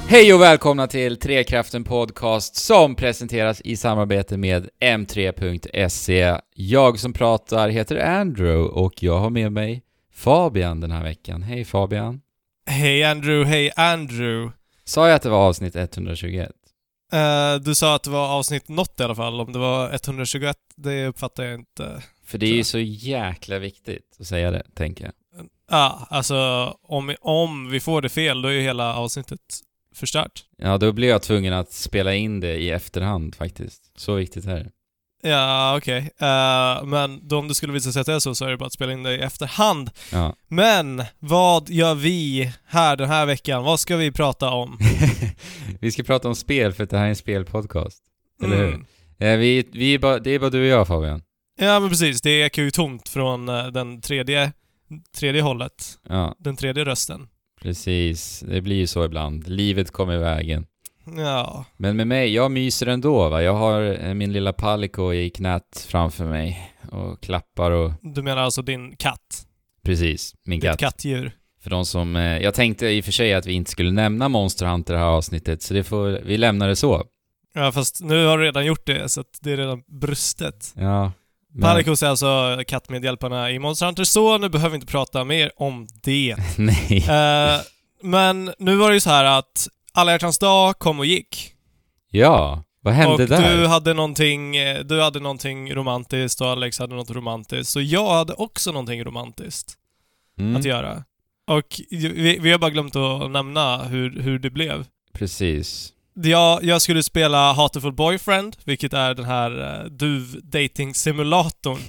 Hej och välkomna till Trekraften podcast som presenteras i samarbete med M3.se. Jag som pratar heter Andrew och jag har med mig Fabian den här veckan. Hej Fabian. Hej Andrew. Sa jag att det var avsnitt 121? Du sa att det var avsnitt något i alla fall. Om det var 121, det uppfattar jag inte. För det är ju så jäkla viktigt att säga det, tänker jag. Ja, alltså om vi får det fel, då är ju hela avsnittet förstört. Ja, då blir jag tvungen att spela in det i efterhand faktiskt. Så viktigt är det. Ja, okej. Men då om det skulle visa sig att det är så är det bara att spela in det i efterhand. Ja. Men vad gör vi här den här veckan? Vad ska vi prata om? Vi ska prata om spel för att det här är en spelpodcast. Eller hur? Det är bara du och jag, Fabian. Ja, men precis. Det ekar ju tomt från den tredje hållet. Ja. Den tredje rösten. Precis, det blir ju så ibland. Livet kommer i vägen. Ja. Men med mig, jag myser ändå va. Jag har min lilla Palico i knät framför mig och klappar och... Du menar alltså din katt? Precis, min katt. Ditt kattdjur. För de som... jag tänkte i och för sig att vi inte skulle nämna Monster Hunter det här avsnittet, så vi lämnar det så. Ja, fast nu har du redan gjort det, så att det är redan brustet. Ja. Men... Palicos är alltså kattmedhjälparna i Monster Hunter, så nu behöver vi inte prata mer om det. Nej. Men nu var det ju så här att Alla hjärtans dag kom och gick. Ja, vad hände och där? Du hade någonting romantiskt och Alex hade något romantiskt. Så jag hade också någonting romantiskt att göra. Och vi har bara glömt att nämna hur det blev. Precis. Jag skulle spela Hateful Boyfriend, vilket är den här duv-dating-simulatorn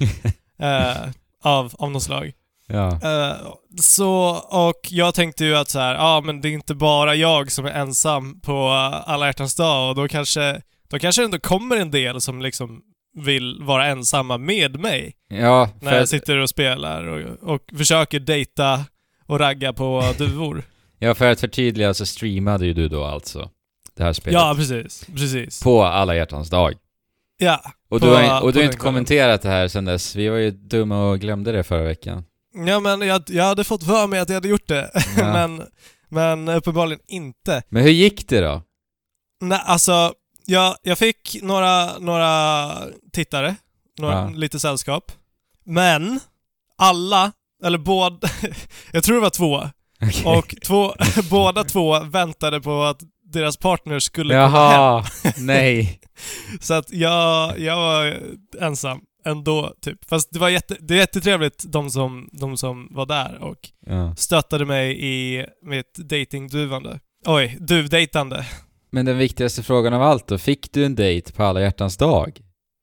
av något slag. Ja. Och jag tänkte ju att så här, men det är inte bara jag som är ensam på Alla hjärtans dag, och då kanske det ändå kommer en del som liksom vill vara ensamma med mig. Ja, när jag sitter och spelar och försöker dejta och ragga på duvor. Ja, för att förtydliga så streamade ju du då alltså det här spelet. Ja, precis. På Alla hjärtans dag. Ja. Och du har inte kommenterat det här sen dess. Vi var ju dumma och glömde det förra veckan. Ja, men jag hade fått för mig att jag hade gjort det. Ja. men uppenbarligen inte. Men hur gick det då? Nej, alltså jag fick några tittare, lite sällskap. Men alla, eller båda, jag tror det var två. Okay. Och båda två väntade på att deras partner skulle komma hem. Nej. Så att jag var ensam ändå typ. Fast det är jättetrevligt de som var där och stöttade mig i mitt duvdejtande. Men den viktigaste frågan av allt då, fick du en dejt på Alla hjärtans dag?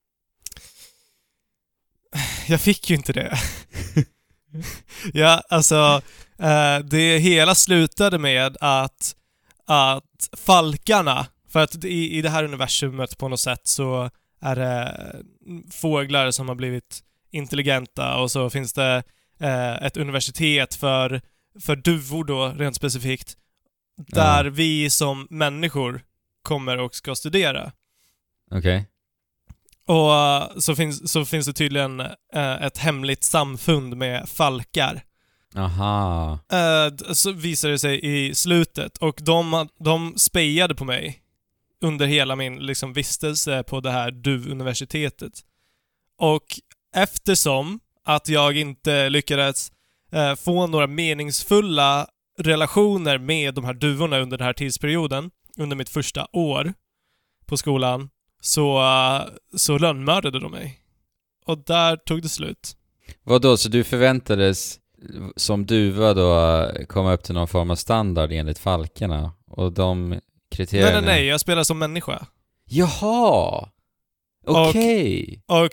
Jag fick ju inte det. Ja, alltså det hela slutade med att falkarna, för att i det här universumet på något sätt så är det fåglar som har blivit intelligenta, och så finns det ett universitet för duvor då, rent specifikt, där vi som människor kommer och ska studera. Okej. Och så finns det tydligen ett hemligt samfund med falkar. Aha. Så visar det sig i slutet, och de spejade på mig under hela min liksom vistelse på det här duvuniversitetet. Och eftersom att jag inte lyckades få några meningsfulla relationer med de här duvorna under den här tidsperioden, under mitt första år på skolan, så lönnmördade de mig. Och där tog det slut. Vadå, så du förväntades som duva då komma upp till någon form av standard enligt falkarna? Och de kriterierna... Nej, jag spelar som människa. Jaha! Okej. Och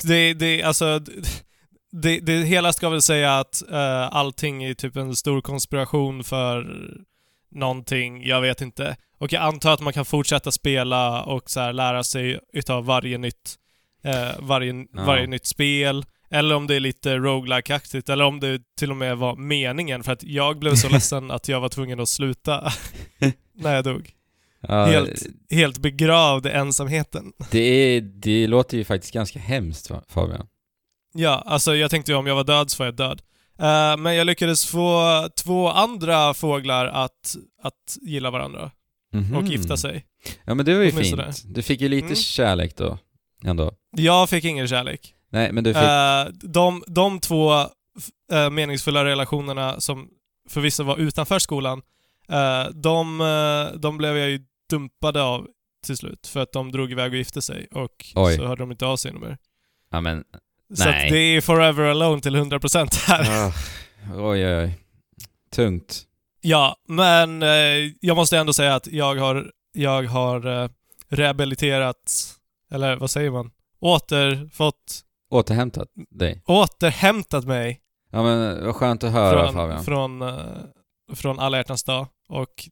det hela ska väl säga att allting är typ en stor konspiration för någonting, jag vet inte. Och jag antar att man kan fortsätta spela och så här lära sig utav varje nytt spel. Eller om det är lite roguelike-aktigt, eller om det till och med var meningen, för att jag blev så ledsen att jag var tvungen att sluta när jag dog. Ja, helt begravd i ensamheten. Det låter ju faktiskt ganska hemskt, Fabian. Ja, alltså jag tänkte ju om jag var död så var jag död. Men jag lyckades få 2 andra fåglar att gilla varandra. Mhm. och gifta sig. Ja, men det var ju Åtminstone. fint. Du fick ju lite kärlek då, ändå. Jag fick ingen kärlek. Nej, men du fick... De två meningsfulla relationerna som för vissa var utanför skolan, de blev jag ju dumpade av till slut för att de drog iväg och gifte sig och Oj. så hörde de inte av sig mer. Ja, men... Så att Nej. det är forever alone till 100% här. Oj. Tungt. Ja, men jag måste ändå säga att jag har rehabiliterat, eller vad säger man? Återhämtat mig Ja, men vad skönt att höra, Fabian. från alla hjärtans dag och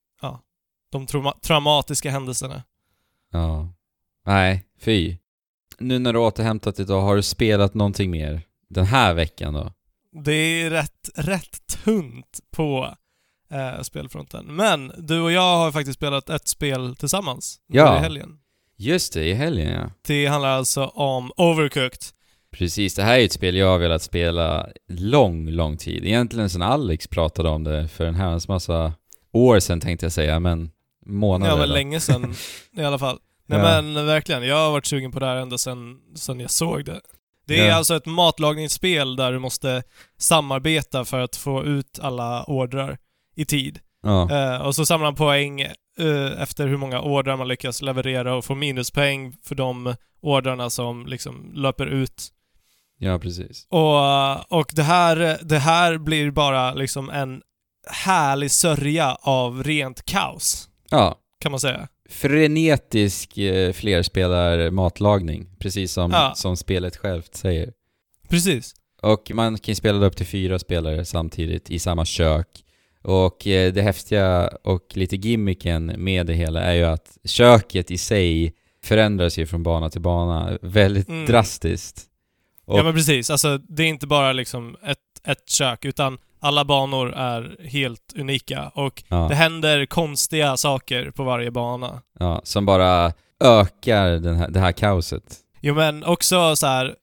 de traumatiska händelserna. Ja. Nej, fy. Nu när du återhämtat idag, har du spelat någonting mer den här veckan då? Det är rätt tunt på spelfronten. Men du och jag har faktiskt spelat ett spel tillsammans i helgen. Just det, i helgen, ja. Det handlar alltså om Overcooked. Precis, det här är ett spel jag har velat spela lång tid. Egentligen sedan Alex pratade om det för en herrans massa år sedan, tänkte jag säga, men månader. Ja, men då. länge sedan i alla fall. Nej, men verkligen, jag har varit sugen på det här ända sedan jag såg det. Det är alltså ett matlagningsspel där du måste samarbeta för att få ut alla ordrar i tid. Ja. Och så samlar man poäng efter hur många ordrar man lyckas leverera och får minuspoäng för de ordrarna som liksom löper ut. Ja, precis. Och det här blir bara liksom en härlig sörja av rent kaos. Ja. Kan man säga. Frenetisk flerspelar matlagning, precis som spelet självt säger. Precis. Och man kan spela upp till 4 spelare samtidigt i samma kök. Och det häftiga och lite gimmicken med det hela är ju att köket i sig förändras ju från bana till bana väldigt drastiskt. Och ja, men precis. Alltså, det är inte bara liksom ett kök, utan alla banor är helt unika och det händer konstiga saker på varje bana. Ja, som bara ökar det här kaoset. Jo, men också så här,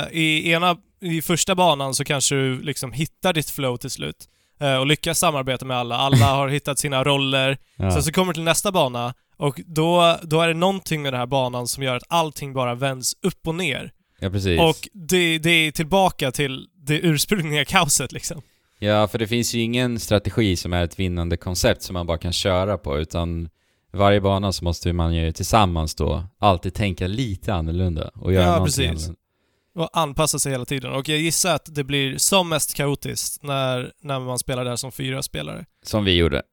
i första banan så kanske du liksom hittar ditt flow till slut och lyckas samarbeta med alla. Alla har hittat sina roller. Sen så kommer du till nästa bana och då är det någonting med den här banan som gör att allting bara vänds upp och ner. Ja, precis. Och det är tillbaka till det ursprungliga kaoset liksom. Ja, för det finns ju ingen strategi som är ett vinnande koncept som man bara kan köra på, utan varje bana så måste man ju tillsammans då alltid tänka lite annorlunda och göra någonting annorlunda. Och anpassa sig hela tiden. Och jag gissar att det blir som mest kaotiskt när man spelar där som 4 spelare. Som vi gjorde.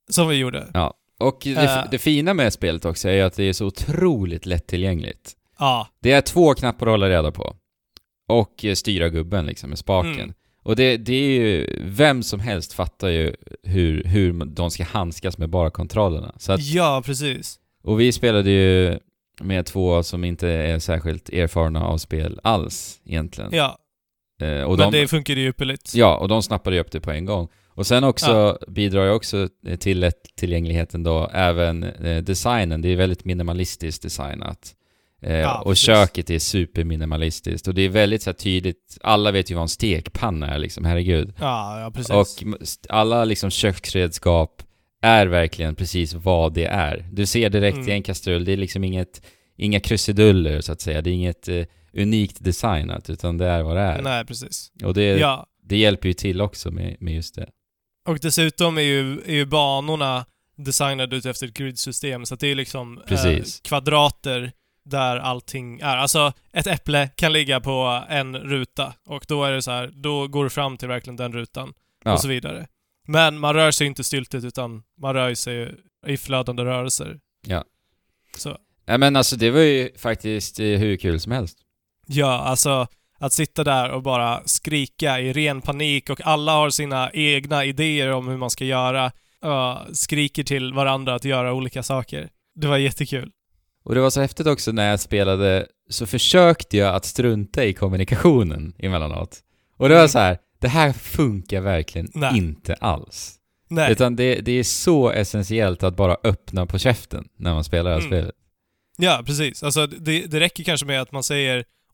Ja. Och det fina med spelet också är att det är så otroligt lättillgängligt. Ja. Det är 2 knappar att hålla reda på. Och styra gubben liksom med spaken. Och det är ju, vem som helst fattar ju hur de ska handskas med bara kontrollerna. Så att, ja, precis. Och vi spelade ju med 2 som inte är särskilt erfarna av spel alls egentligen. Ja. Och men det funkar ju ypperligt. Ja, och de snappade ju upp det på en gång. Och sen också bidrar jag också till tillgängligheten då även designen. Det är väldigt minimalistiskt designat. Och precis. Köket är superminimalistiskt och det är väldigt så här tydligt. Alla vet ju vad en stekpanna är liksom, herregud. Ja, precis. Och alla liksom köksredskap är verkligen precis vad det är. Du ser direkt i en kastrull, det är liksom inga krusiduller så att säga. Det är inget unikt designat, utan det är vad det är. Nej, precis. Och det hjälper ju till också med just det. Och dessutom är ju banorna designade ut efter ett gridsystem, så att det är liksom kvadrater där allting är. Alltså, ett äpple kan ligga på en ruta och då är det så här, då går du fram till verkligen den rutan och så vidare. Men man rör sig inte styltigt, utan man rör sig i flödande rörelser. Ja. Så. Ja, men alltså det var ju faktiskt hur kul som helst. Ja, alltså att sitta där och bara skrika i ren panik och alla har sina egna idéer om hur man ska göra. Skriker till varandra att göra olika saker. Det var jättekul. Och det var så häftigt också när jag spelade, så försökte jag att strunta i kommunikationen emellanåt. Och det var så här, det här funkar verkligen inte alls. Nej. Utan det är så essentiellt att bara öppna på käften när man spelar det här spelet. Ja, precis. Alltså det räcker kanske med att man säger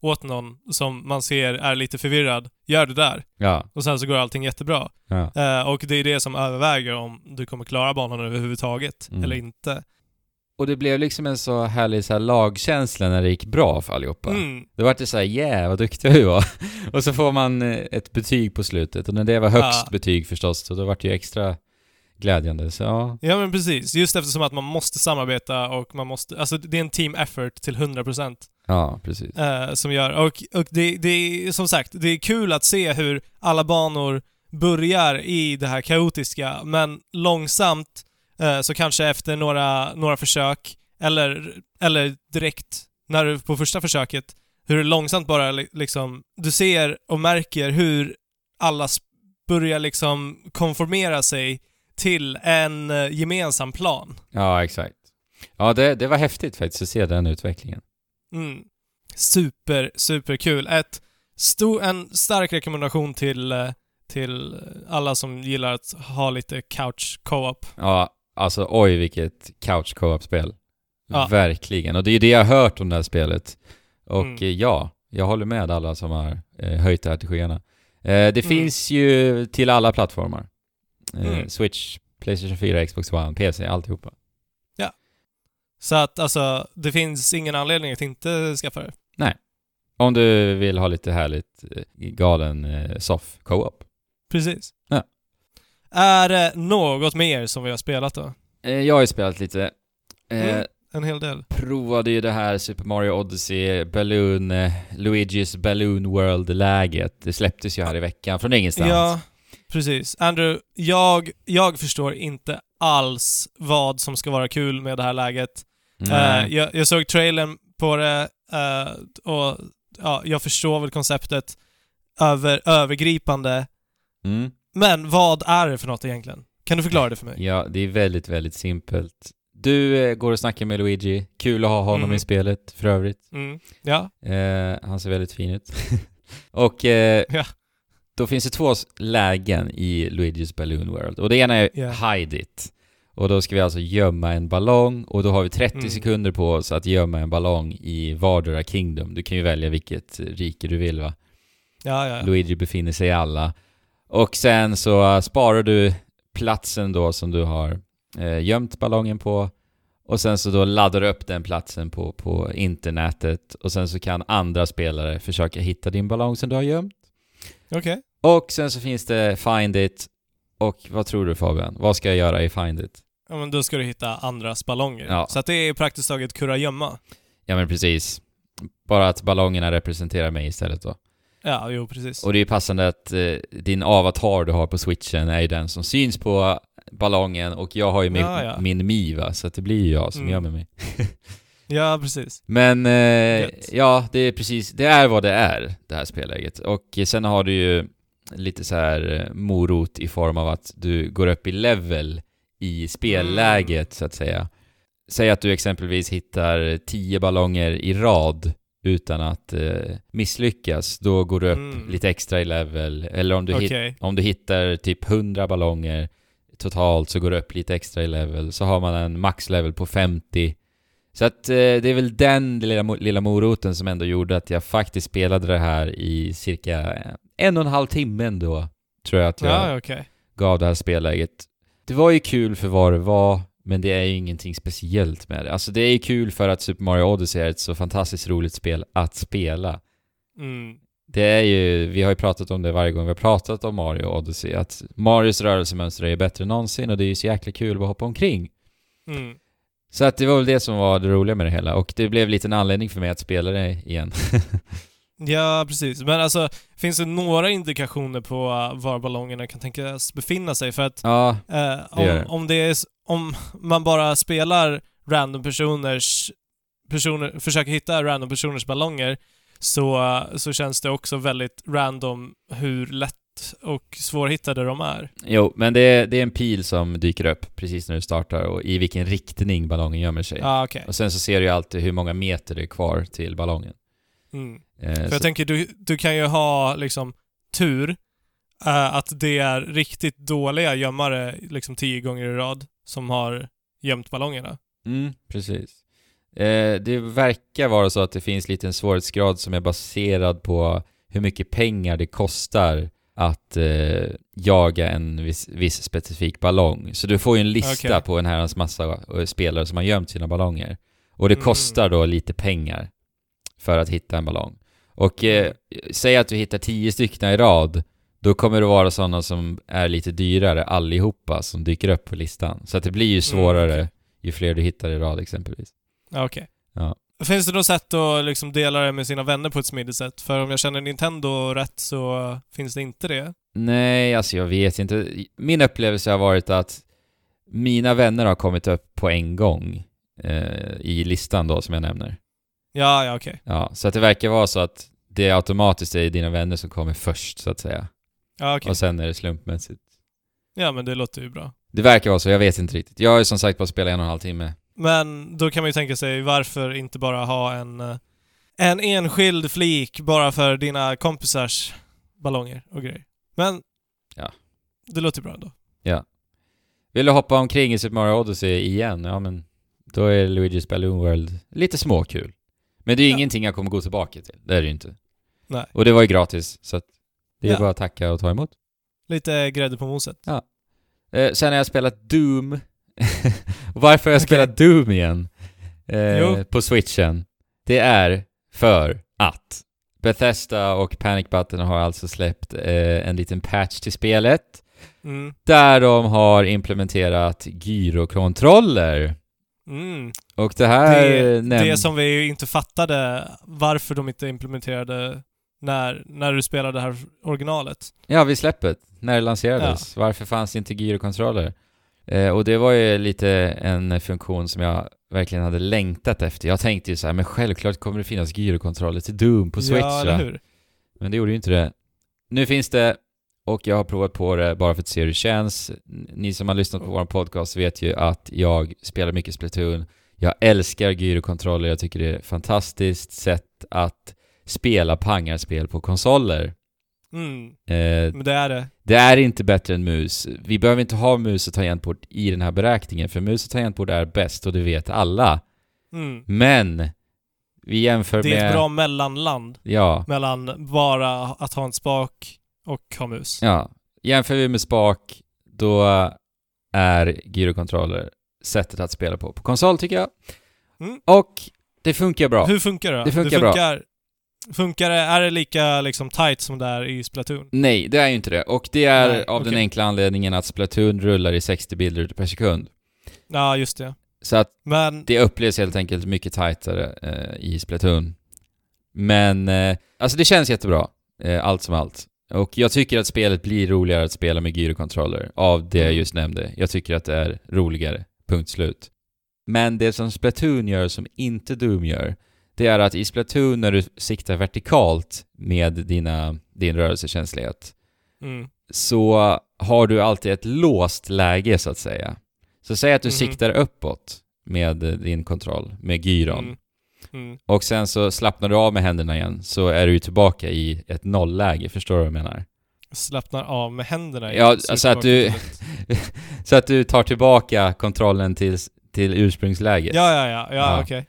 åt någon som man ser är lite förvirrad, gör det där. Ja. Och sen så går allting jättebra. Ja. Och det är det som överväger om du kommer klara banan överhuvudtaget eller inte. Och det blev liksom en så härlig så här lagkänsla när det gick bra för allihopa. Det var det så här, vad duktiga vi var. Och så får man ett betyg på slutet. Och när det var högst betyg förstås, så då var det ju extra glädjande. Så, ja. Ja, men precis. Just eftersom att man måste samarbeta och man måste... Alltså det är en team effort till 100%. Ja, precis. Som gör... Och det är som sagt, det är kul att se hur alla banor börjar i det här kaotiska, men långsamt så kanske efter några försök eller direkt när du på första försöket, hur det långsamt bara liksom du ser och märker hur alla börjar liksom konformera sig till en gemensam plan. Ja, exakt. Ja, det var häftigt faktiskt att se den utvecklingen. Super kul. En stark rekommendation till alla som gillar att ha lite couch co-op. Ja, alltså oj vilket couch co-op-spel. Ja. Verkligen. Och det är det jag har hört om det här spelet. Och jag håller med alla som har höjt det här till skyarna. Det finns ju till alla plattformar. Switch, PlayStation 4, Xbox One, PC, alltihopa. Ja. Så att alltså, det finns ingen anledning att inte skaffa det. Nej. Om du vill ha lite härligt galen soft co-op. Precis. Ja. Är det något mer som vi har spelat då? Jag har ju spelat lite. En hel del. Provade ju det här Super Mario Odyssey Luigi's Balloon World-läget. Det släpptes ju här i veckan från ingenstans. Ja, precis. Andrew, jag förstår inte alls vad som ska vara kul med det här läget. Jag såg trailern på det och jag förstår väl konceptet övergripande. Men vad är det för något egentligen? Kan du förklara det för mig? Ja, det är väldigt, väldigt simpelt. Du går och snackar med Luigi. Kul att ha honom i spelet för övrigt. Ja. Han ser väldigt fin ut. Och då finns det 2 lägen i Luigi's Balloon World. Och det ena är Hide It. Och då ska vi alltså gömma en ballong. Och då har vi 30 sekunder på oss att gömma en ballong i vardera kingdom. Du kan ju välja vilket rike du vill, va? Ja. Luigi befinner sig i alla. Och sen så sparar du platsen då som du har gömt ballongen på. Och sen så då laddar du upp den platsen på internetet. Och sen så kan andra spelare försöka hitta din ballong som du har gömt. Okej. Och sen så finns det Find It. Och vad tror du, Fabian? Vad ska jag göra i Find It? Ja, men då ska du hitta andras ballonger. Ja. Så att det är praktiskt taget kurragömma. Ja, men precis. Bara att ballongerna representerar mig istället då. Ja, jo, precis. Och det är passande att din avatar du har på Switchen är ju den som syns på ballongen. Och jag har ju min Mi, va? Så att det blir ju jag som gömmer mig. Ja, precis. Men ja, det är precis, det är vad det är, det här spelläget. Och sen har du ju lite så här morot i form av att du går upp i level i spelläget så att säga. Säg att du exempelvis hittar 10 ballonger i rad utan att misslyckas. Då går du upp lite extra i level. Eller om du hittar typ 100 ballonger totalt så går du upp lite extra i level. Så har man en maxlevel på 50. Så att det är väl den lilla moroten som ändå gjorde att jag faktiskt spelade det här i cirka 1,5 timme ändå, tror jag att jag gav det här spelläget. Det var ju kul för vad det var, men det är ju ingenting speciellt med det. Alltså det är ju kul för att Super Mario Odyssey är ett så fantastiskt roligt spel att spela. Det är ju, vi har ju pratat om det varje gång vi har pratat om Mario Odyssey, att Marios rörelsemönster är bättre än någonsin och det är ju så jäkla kul att hoppa omkring. Så att det var väl det som var det roliga med det hela. Och det blev lite en anledning för mig att spela det igen. Ja, precis. Men alltså, finns det några indikationer på var ballongerna kan tänkas befinna sig? För att ja, om man bara spelar försöker hitta random personers ballonger, så känns det också väldigt random hur lätt och svårhittade de är. Jo, men det är en pil som dyker upp precis när du startar och i vilken riktning ballongen gömmer sig. Okay. Och sen så ser du ju alltid hur många meter det är kvar till ballongen. För jag tänker, du kan ju ha liksom tur att det är riktigt dåliga gömmare liksom 10 gånger i rad som har gömt ballongerna. Precis. Det verkar vara så att det finns lite en svårighetsgrad som är baserad på hur mycket pengar det kostar att jaga en viss specifik ballong. Så du får ju en lista på en herrans massa spelare som har gömt sina ballonger. Och det kostar då lite pengar för att hitta en ballong. Och säg att du hittar 10 stycken i rad, då kommer det vara sådana som är lite dyrare allihopa som dyker upp på listan. Så att det blir ju svårare ju fler du hittar i rad exempelvis. Okej. Ja. Finns det något sätt att liksom dela det med sina vänner på ett smidigt sätt? För om jag känner Nintendo rätt så finns det inte det. Nej, alltså jag vet inte. Min upplevelse har varit att mina vänner har kommit upp på en gång i listan då som jag nämner. Ja, okej. Ja, så att det verkar vara så att det automatiskt är dina vänner som kommer först så att säga. Ja, okej. Och sen är det slumpmässigt. Ja, men det låter ju bra. Det verkar vara så, jag vet inte riktigt. Jag har ju som sagt bara spelat 1,5 timme. Men då kan man ju tänka sig, varför inte bara ha en enskild flik bara för dina kompisars ballonger och grejer. Men ja, det låter bra ändå. Ja. Vill du hoppa omkring i Super Mario Odyssey igen? Ja, men då är Luigi's Balloon World lite småkul. Men det är ju ingenting jag kommer gå tillbaka till. Det är det ju inte. Nej. Och det var ju gratis, så att det är bara att tacka och ta emot. Lite grädde på moset. Ja. Sen har jag spelat Doom. Varför har jag spelat Doom igen? På Switchen. Det är för att Bethesda och Panic Button har alltså släppt en liten patch till spelet. Där de har implementerat gyrokontroller. Och det här... Det som vi ju inte fattade varför de inte implementerade när du spelade det här originalet. Ja, vid släppet. När det lanserades. Ja. Varför fanns det inte gyrokontroller? Och det var ju lite en funktion som jag verkligen hade längtat efter. Jag tänkte ju så här, men självklart kommer det finnas gyrokontroller till Doom på Switch. Ja, eller hur? Men det gjorde ju inte det. Nu finns det, och jag har provat på det bara för att se hur det känns. Ni som har lyssnat på vår podcast vet ju att jag spelar mycket Splatoon. Jag älskar gyrokontroller. Jag tycker det är ett fantastiskt sätt att spela pangarspel på konsoler. Men det är det. Det är inte bättre än mus. Vi behöver inte ha mus och tangentbord i den här beräkningen, för mus och tangentbord är bäst och det vet alla. Men vi jämför med... Det är ett bra mellanland. Ja. Mellan bara att ha en spak och ha mus. Ja. Jämför vi med spak, då är gyrokontroller sättet att spela på konsol, tycker jag. Och det funkar bra. Hur funkar det? Det funkar bra. Funkar det? Är det lika liksom tight som det är i Splatoon? Nej, det är ju inte det. Och det är av den enkla anledningen att Splatoon rullar i 60 bilder per sekund. Ja, just det. Så att det upplevs helt enkelt mycket tightare i Splatoon. Men alltså det känns jättebra, allt som allt. Och jag tycker att spelet blir roligare att spela med gyrokontroller av det jag just nämnde. Jag tycker att det är roligare, punkt slut. Men det som Splatoon gör som inte Doom gör, det är att i Splatoon när du siktar vertikalt med din rörelsekänslighet så har du alltid ett låst läge så att säga. Så säg att du siktar uppåt med din kontroll, med gyron. Och sen så slappnar du av med händerna igen, så är du tillbaka i ett nollläge. Förstår du vad jag menar? Slappnar av med händerna? Ja, så att du så att du tar tillbaka kontrollen till ursprungsläget. Ja, okej.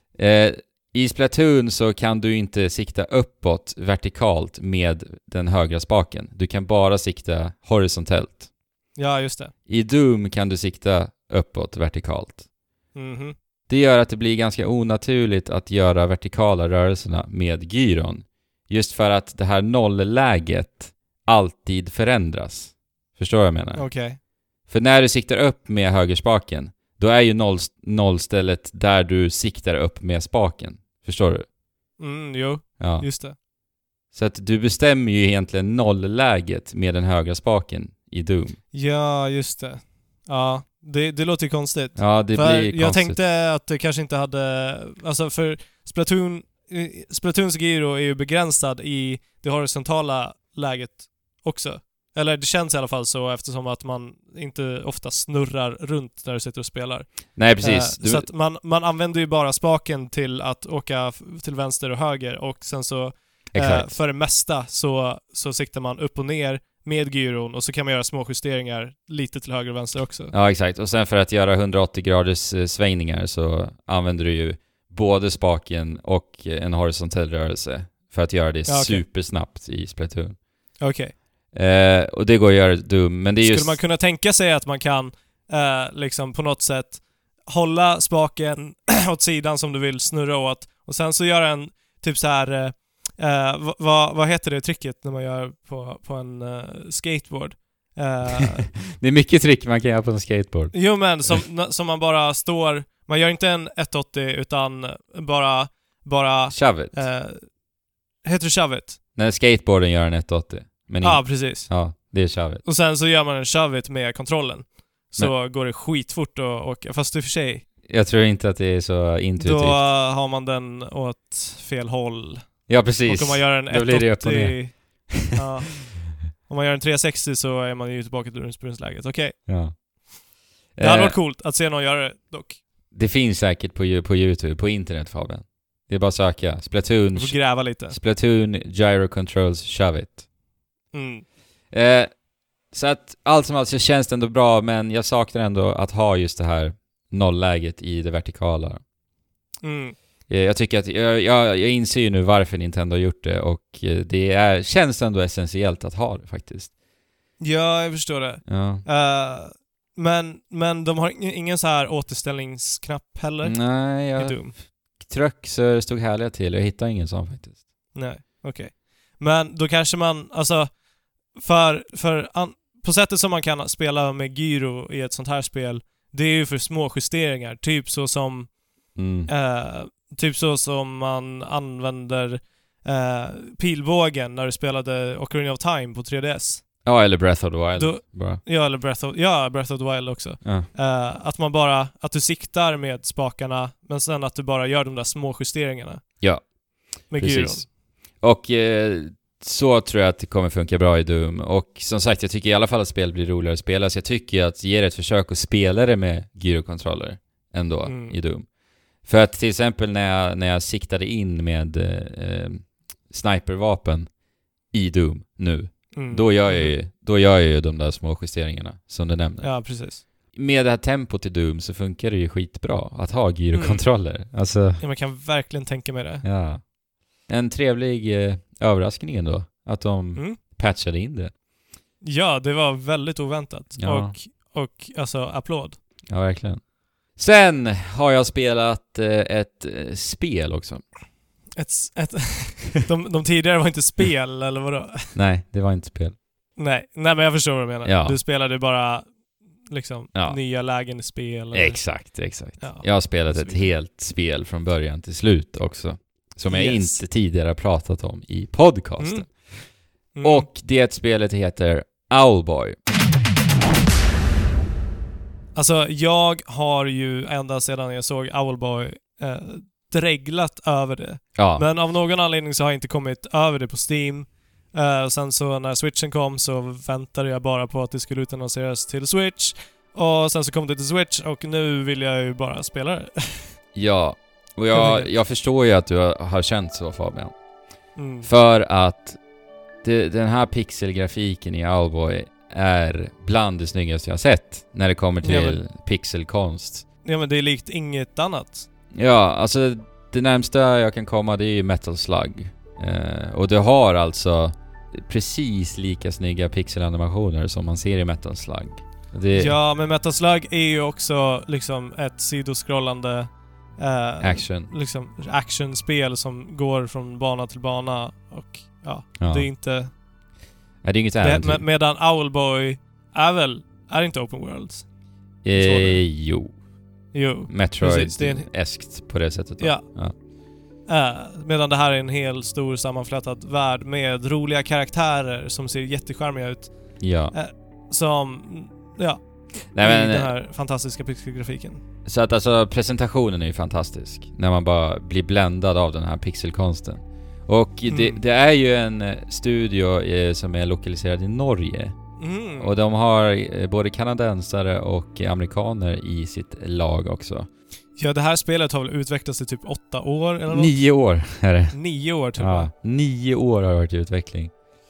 I Splatoon så kan du inte sikta uppåt vertikalt med den högra spaken. Du kan bara sikta horisontellt. Ja, just det. I Doom kan du sikta uppåt vertikalt. Det gör att det blir ganska onaturligt att göra vertikala rörelserna med gyron. Just för att det här nollläget alltid förändras. Förstår du vad jag menar? Okej. För när du siktar upp med högerspaken, då är ju nollstället där du siktar upp med spaken. Förstår du? Jo. Ja. Just det. Så att du bestämmer ju egentligen nollläget med den högra spaken i Doom. Ja, just det. Ja, det låter ju konstigt. Ja, det för blir konstigt. Jag tänkte att det kanske inte hade... Alltså för Splatoons gyro är ju begränsad i det horisontala läget också. Eller det känns i alla fall så, eftersom att man inte ofta snurrar runt när du sitter och spelar. Nej, precis. Så att man använder ju bara spaken till att åka till vänster och höger, och sen så för det mesta så siktar man upp och ner med gyron, och så kan man göra små justeringar lite till höger och vänster också. Ja, exakt. Och sen för att göra 180 graders svängningar så använder du ju både spaken och en horisontell rörelse för att göra det supersnabbt i Splatoon. Okej. Och det går att göra i Doom, men det är just... Skulle man kunna tänka sig att man kan liksom på något sätt hålla spaken åt sidan som du vill snurra åt och sen så göra en typ så här vad heter det tricket när man gör på en skateboard? Det är mycket trick man kan göra på en skateboard. Jo, men som man bara står... Man gör inte en 180 utan bara shove it. Heter det shove it? När skateboarden gör en 180. Ja, precis. Ja, det är shove it. Och sen så gör man en shove it med kontrollen. Så går det skitfort och åka. Fast i och för sig... Jag tror inte att det är så intuitivt. Då har man den åt fel håll. Ja, precis. Och om man gör en då blir det upp och 180... ner. Ja. Om man gör en 360 så är man ju tillbaka till ursprungsläget. Okej. Ja. Det hade varit coolt att se någon göra det dock. Det finns säkert på YouTube, på internet, Fabian. Det är bara att söka. Splatoon. Du får gräva lite. Splatoon Gyro Controls Shove It. Så att allt som allt så känns det ändå bra, men jag saknar ändå att ha just det här nollläget i det vertikala. Jag tycker att jag inser ju nu varför Nintendo har gjort det, och det känns ändå essentiellt att ha det faktiskt. Ja, jag förstår det. Ja. Men de har ingen så här återställningsknapp heller. Nej, jag tryck så det stod härliga till. Jag hittar ingen sån faktiskt. Nej, okej. Men då kanske man, alltså på sättet som man kan spela med gyro i ett sånt här spel, det är ju för små justeringar. Typ så som man använder pilbågen när du spelade Ocarina of Time på 3DS. Ja, eller Breath of the Wild. Eller Breath of the Wild också. Ja. Att du siktar med spakarna, men sen att du bara gör de där små justeringarna. Ja, med precis. gyron. Och så tror jag att det kommer funka bra i Doom. Och som sagt, jag tycker i alla fall att spel blir roligare att spela, så jag tycker att ge det ett försök att spela det med gyrokontroller ändå i Doom. För att till exempel när jag siktade in med snipervapen i Doom nu, då gör jag ju de där små justeringarna som du nämnde. Ja, precis. Med det här tempot i Doom så funkar det ju skitbra att ha gyrokontroller. Alltså, ja, man kan verkligen tänka mig det. Ja. En trevlig överraskning ändå att de patchade in det. Ja, det var väldigt oväntat. Ja. Och alltså, applåd. Ja, verkligen. Sen har jag spelat ett spel också. De tidigare var inte spel, eller vadå? Nej, det var inte spel. Nej, men jag förstår vad du menar. Ja. Du spelade bara liksom nya lägen i spel. Eller? Exakt. Ja. Jag har spelat ett helt spel från början till slut också. Som jag inte tidigare har pratat om i podcasten. Och det spelet heter Owlboy. Alltså, jag har ju ända sedan jag såg Owlboy dreglat över det. Ja. Men av någon anledning så har jag inte kommit över det på Steam. Sen så när Switchen kom så väntade jag bara på att det skulle utannonseras till Switch. Och sen så kom det till Switch och nu vill jag ju bara spela det. Ja, och jag förstår ju att du har känt så, Fabian. För att den här pixelgrafiken i Owlboy är bland det snyggaste jag har sett när det kommer till pixelkonst. Ja, men det är likt inget annat. Ja, alltså det närmsta jag kan komma, det är ju Metal Slug. Och det har alltså precis lika snygga pixelanimationer som man ser i Metal Slug. Ja, men Metal Slug är ju också liksom ett sidoskrollande liksom actionspel som går från bana till bana och det är inte... Nej, det är inget äventyr. Medan Owlboy är inte open worlds. Jo. Metroid-eskt på det sättet. Ja. Medan det här är en hel stor sammanflätad värld med roliga karaktärer som ser jättecharmiga ut. Ja. Den här fantastiska pixelgrafiken. Så att alltså presentationen är ju fantastisk när man bara blir bländad av den här pixelkonsten. Och det är ju en studio som är lokaliserad i Norge. Och de har både kanadensare och amerikaner i sitt lag också. Ja, det här spelet har väl utvecklats i typ 8 år eller något? 9 år är det. 9 år typ. Ja, 9 år har det varit i utveckling.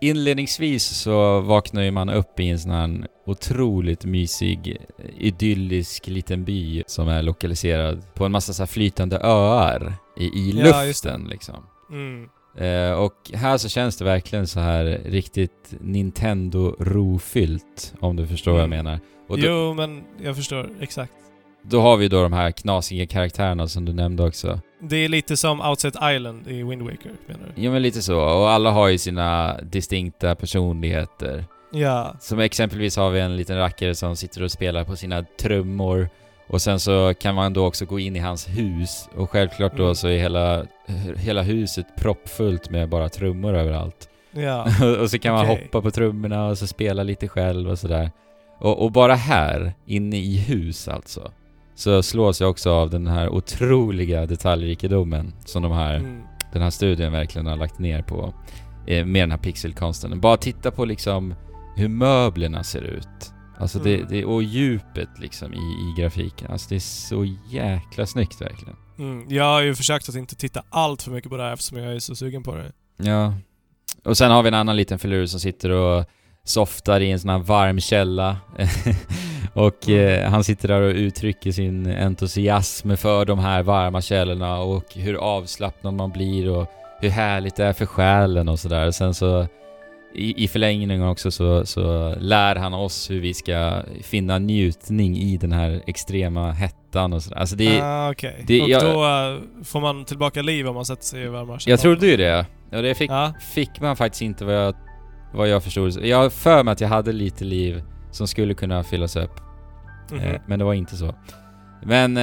Inledningsvis så vaknar ju man upp i en sån här otroligt mysig, idyllisk liten by som är lokaliserad på en massa så här flytande öar i luften liksom. Och här så känns det verkligen så här riktigt Nintendo-rofyllt, om du förstår vad jag menar. Och då, jo, men jag förstår, exakt. Då har vi då de här knasiga karaktärerna som du nämnde också. Det är lite som Outset Island i Wind Waker, menar du? Ja, men lite så. Och alla har ju sina distinkta personligheter. Ja. Som exempelvis har vi en liten rackare som sitter och spelar på sina trummor. Och sen så kan man då också gå in i hans hus. Och självklart då så är hela huset proppfullt med bara trummor överallt. Ja. Och så kan man hoppa på trummorna och så spela lite själv och sådär. Och bara här, inne i hus alltså, så slås jag också av den här otroliga detaljrikedomen som den här studien verkligen har lagt ner på med den här pixelkonsten. Bara titta på liksom hur möblerna ser ut. Alltså det och djupet liksom i grafiken. Alltså det är så jäkla snyggt verkligen. Jag har ju försökt att inte titta allt för mycket på det här eftersom jag är så sugen på det. Ja. Och sen har vi en annan liten filur som sitter och softar i en sån här varm källa. Och han sitter där och uttrycker sin entusiasm för de här varma källorna och hur avslappnad man blir och hur härligt det är för själen och sådär. Sen så i förlängningen också så lär han oss hur vi ska finna njutning i den här extrema hettan och sådär. Alltså okej. Och då får man tillbaka liv om man sätter sig i varma källor. Jag trodde ju det. Och det fick man faktiskt inte vad jag förstod. Jag har för mig att jag hade lite liv som skulle kunna fyllas upp. Men det var inte så. Men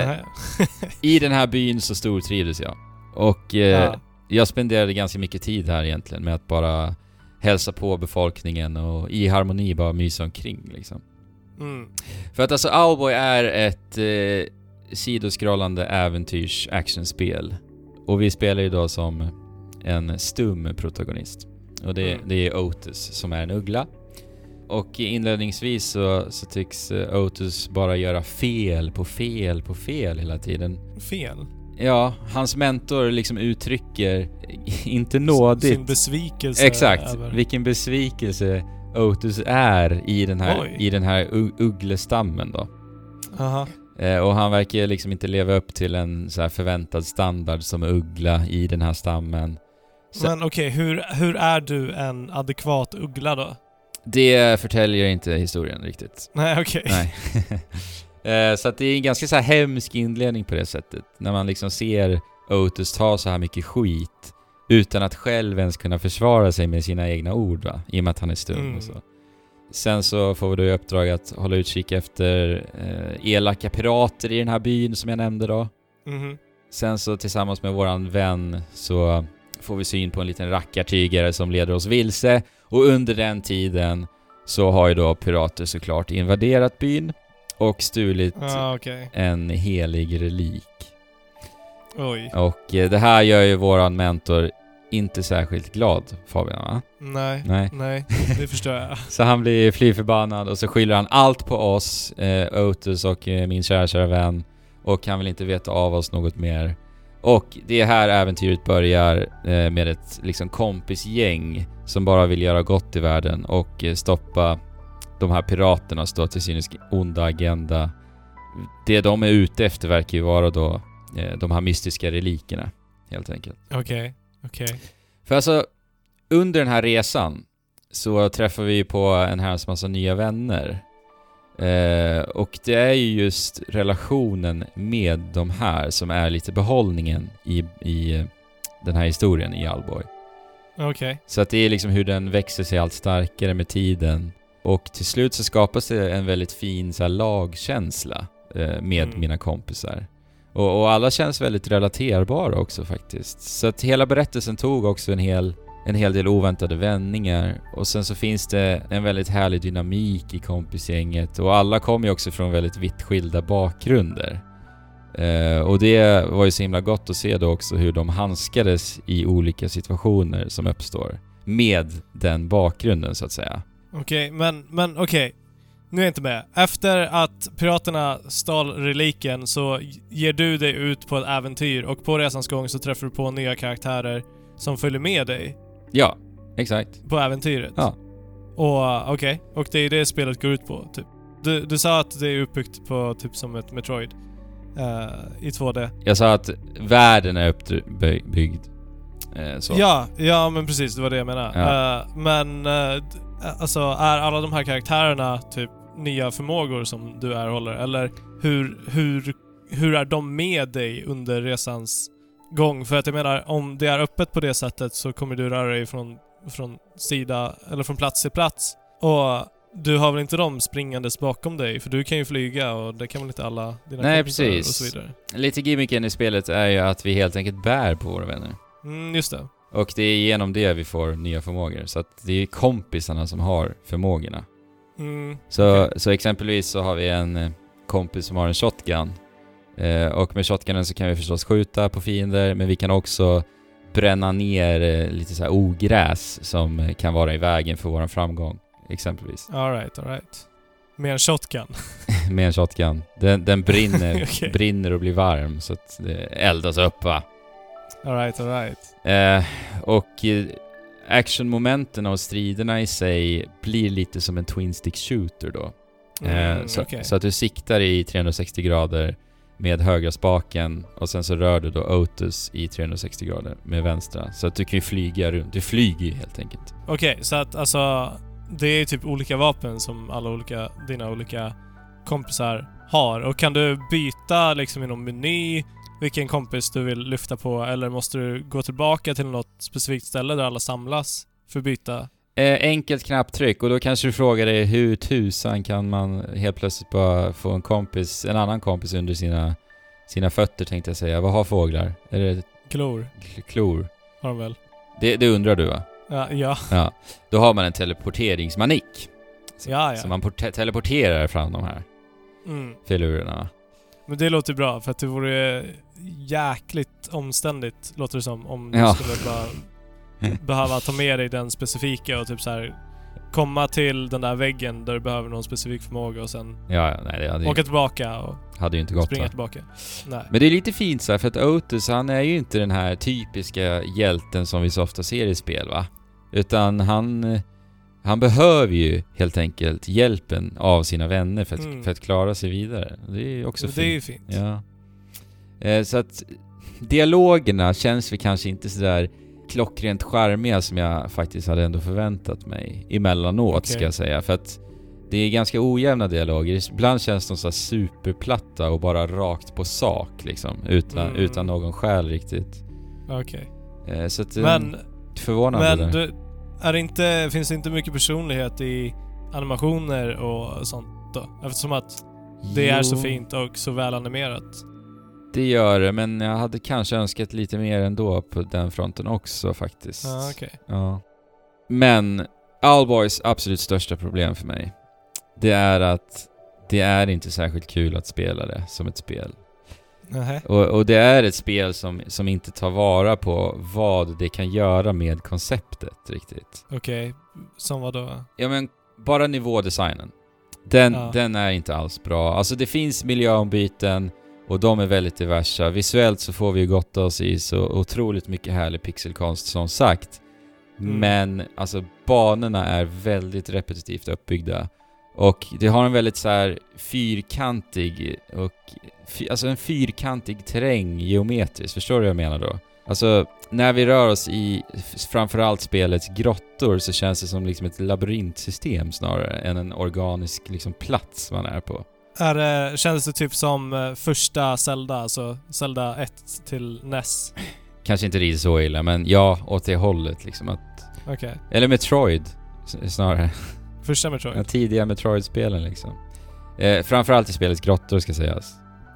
i den här byn så stortrivdes jag. Och jag spenderade ganska mycket tid här egentligen med att bara hälsa på befolkningen och i harmoni bara mysa omkring liksom. För att alltså Owlboy är ett sidoskrollande äventyrs actionspel. Och vi spelar ju då som en stum protagonist. Och det är Otus som är en uggla. Och inledningsvis så tycks Otus bara göra fel på fel hela tiden. Fel? Ja, hans mentor liksom uttrycker inte nådigt sin besvikelse. Exakt, vilken besvikelse Otus är i den här ugglestammen då. Aha. Och han verkar liksom inte leva upp till en så här förväntad standard som uggla i den här stammen. Men okej, hur är du en adekvat uggla då? Det förtäljer inte historien riktigt. Nej, okej. Nej. Så att det är en ganska så här hemsk inledning på det sättet. När man liksom ser Otus ta så här mycket skit utan att själv ens kunna försvara sig med sina egna ord, va? I och med att han är stum och så. Sen så får vi då i uppdrag att hålla utkik efter elaka pirater i den här byn som jag nämnde då. Sen så tillsammans med våran vän så får vi syn på en liten rackartygare som leder oss vilse. Och under den tiden så har ju då pirater såklart invaderat byn och stulit en helig relik. Oj. Och det här gör ju våran mentor inte särskilt glad, Fabian, va? Nej, det förstår jag. Så han blir fly förbannad och så skyller han allt på oss, Otus och min kära vän, och kan väl inte veta av oss något mer. Och det här äventyret börjar med ett liksom kompisgäng som bara vill göra gott i världen och stoppa de här piraterna står till sin onda agenda. Det de är ute efter verkar ju vara då de här mystiska relikerna, helt enkelt. Okej. För alltså, under den här resan så träffar vi på en här massa nya vänner. Och det är ju just relationen med de här som är lite behållningen i den här historien i Owlboy. Okej. Så att det är liksom hur den växer sig allt starkare med tiden. Och till slut så skapas det en väldigt fin så här lagkänsla med mina kompisar. Och alla känns väldigt relaterbara också faktiskt. Så att hela berättelsen tog också en hel del oväntade vändningar. Och sen så finns det en väldigt härlig dynamik i kompisgänget. Och alla kommer ju också från väldigt vitt skilda bakgrunder. Och det var ju så himla gott att se då också hur de handskades i olika situationer som uppstår. Med den bakgrunden så att säga. Okej, men okej. Nu är jag inte med. Efter att piraterna stal reliken så ger du dig ut på ett äventyr och på resans gång så träffar du på nya karaktärer som följer med dig. Ja, Exakt. på äventyret. Ja. Och okej. Och det är det spelet går ut på, typ. Du sa att det är uppbyggt på typ som ett Metroid i 2D. Jag sa att världen är uppbyggd. Så. Ja, men precis, det var det jag menade. Ja. Men alltså, är alla de här karaktärerna typ nya förmågor som du erhåller? Eller hur är de med dig under resans gång? För att jag menar, om det är öppet på det sättet så kommer du röra dig från sida eller från plats till plats. Och du har väl inte dem springandes bakom dig? För du kan ju flyga och det kan väl inte alla dina Nej, kompisar precis. och så vidare. Lite gimmicken i spelet är ju att vi helt enkelt bär på våra vänner. Just det. Och det är genom det vi får nya förmågor. Så att det är kompisarna som har förmågorna. Så exempelvis så har vi en kompis som har en shotgun. Och med shotgunen så kan vi förstås skjuta på fiender, men vi kan också bränna ner lite så här ogräs som kan vara i vägen för vår framgång, exempelvis. All right. Med en shotgun. Med en shotgun. Den brinner, Okay. brinner och blir varm så att det eldas upp, va? All right. Och actionmomenten och striderna i sig blir lite som en twin stick shooter då. Så att du siktar i 360 grader med högra spaken och sen så rör du då Otus i 360 grader med vänstra. Så att du kan ju flyga runt. Du flyger ju helt enkelt. Okej, så att alltså det är typ olika vapen som dina olika kompisar har. Och kan du byta liksom i någon meny vilken kompis du vill lyfta på, eller måste du gå tillbaka till något specifikt ställe där alla samlas för att byta? Enkelt knapptryck, och då kanske du frågar dig hur tusan kan man helt plötsligt bara få en annan kompis under sina fötter, tänkte jag säga. Vad har fåglar? Är det klor? Har de väl? Det undrar du, va? Ja. Då har man en teleporteringsmanik. Ja. Så man teleporterar fram de här filurerna. Men det låter bra, för att det vore jäkligt omständigt, låter det som, om du skulle bara behöva ta med dig den specifika och typ så här komma till den där väggen där du behöver någon specifik förmåga och sen åka tillbaka och hade ju inte gått, springa tillbaka. Nej. Men det är lite fint så här, för att Otus, han är ju inte den här typiska hjälten som vi så ofta ser i spel, va? Utan han behöver ju helt enkelt hjälpen av sina vänner för att klara sig vidare. Det är ju också fint. Det är ju fint. Ja. Så att dialogerna känns vi kanske inte så där klockrent charmiga som jag faktiskt hade ändå förväntat mig emellanåt, ska jag säga. För att det är ganska ojämna dialoger. Ibland känns de så här superplatta och bara rakt på sak liksom, utan någon själ riktigt. Okej. Så att förvånande. Men finns det inte mycket personlighet i animationer och sånt då? Eftersom att det är så fint och så väl animerat. Det gör det, men jag hade kanske önskat lite mer ändå på den fronten också faktiskt. Ja. Men Owlboys absolut största problem för mig, det är att det är inte särskilt kul att spela det som ett spel. Och det är ett spel som inte tar vara på vad det kan göra med konceptet riktigt. Okej, som vad då? Ja, men bara nivådesignen. Den är inte alls bra. Alltså det finns miljöombyten och de är väldigt diversa. Visuellt så får vi ju gotta oss i så otroligt mycket härlig pixelkonst, som sagt. Men alltså banorna är väldigt repetitivt uppbyggda. Och det har en väldigt så här fyrkantig alltså en fyrkantig terräng geometriskt. Förstår du vad jag menar då? Alltså när vi rör oss i framförallt spelets grottor så känns det som liksom ett labyrintsystem snarare än en organisk liksom plats man är på. Känns det typ som första Zelda, alltså Zelda 1 till NES? Kanske inte riktigt så illa, men ja, åt det hållet liksom att... Okej. Eller Metroid snarare. Första Metroid? Den tidiga Metroid-spelen liksom. Framförallt i spelets grottor ska sägas.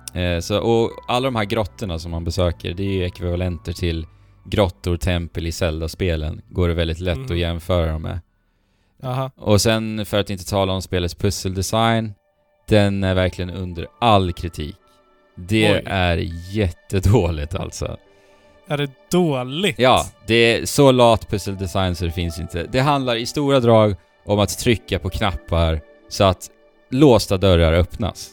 Och alla de här grottorna som man besöker, det är ju ekvivalenter till grottor, tempel i Zelda-spelen. Går det väldigt lätt att jämföra dem med. Aha. Och sen, för att inte tala om spelets puzzle-design, den är verkligen under all kritik. Det är jättedåligt alltså. Är det dåligt? Ja, det är så lat puzzle-design så det finns inte. Det handlar i stora drag om att trycka på knappar så att låsta dörrar öppnas.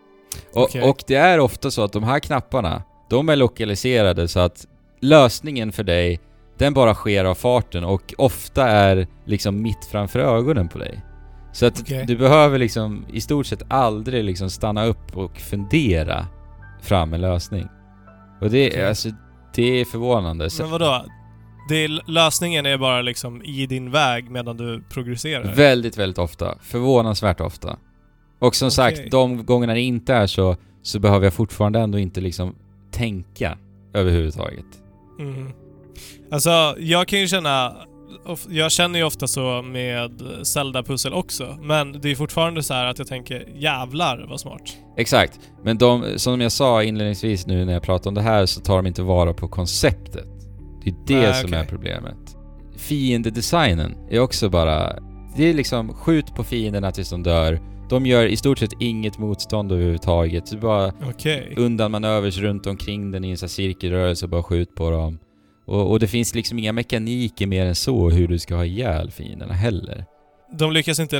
Och det är ofta så att de här knapparna, de är lokaliserade så att lösningen för dig den bara sker av farten och ofta är liksom mitt framför ögonen på dig. Så att du behöver liksom i stort sett aldrig liksom stanna upp och fundera fram en lösning. Och det är alltså, det är förvånande. Men vadå? Lösningen är bara liksom i din väg medan du progresserar? Väldigt, väldigt ofta. Förvånansvärt ofta. Och som sagt, de gångerna det inte är så behöver jag fortfarande ändå inte liksom tänka överhuvudtaget. Alltså, jag kan ju jag känner ju ofta så med Zelda-pussel också, men det är fortfarande så här att jag tänker, jävlar vad smart. Exakt, men som jag sa inledningsvis nu när jag pratade om det här, så tar de inte vara på konceptet. Det är det som är problemet. Fiendedesignen är också bara, det är liksom skjut på fienderna tills de dör. De gör i stort sett inget motstånd överhuvudtaget. Så bara undan manövers runt omkring den i en sån cirkelrörelse och bara skjut på dem. Och det finns liksom inga mekaniker mer än så hur du ska ha ihjäl fienderna heller. De lyckas inte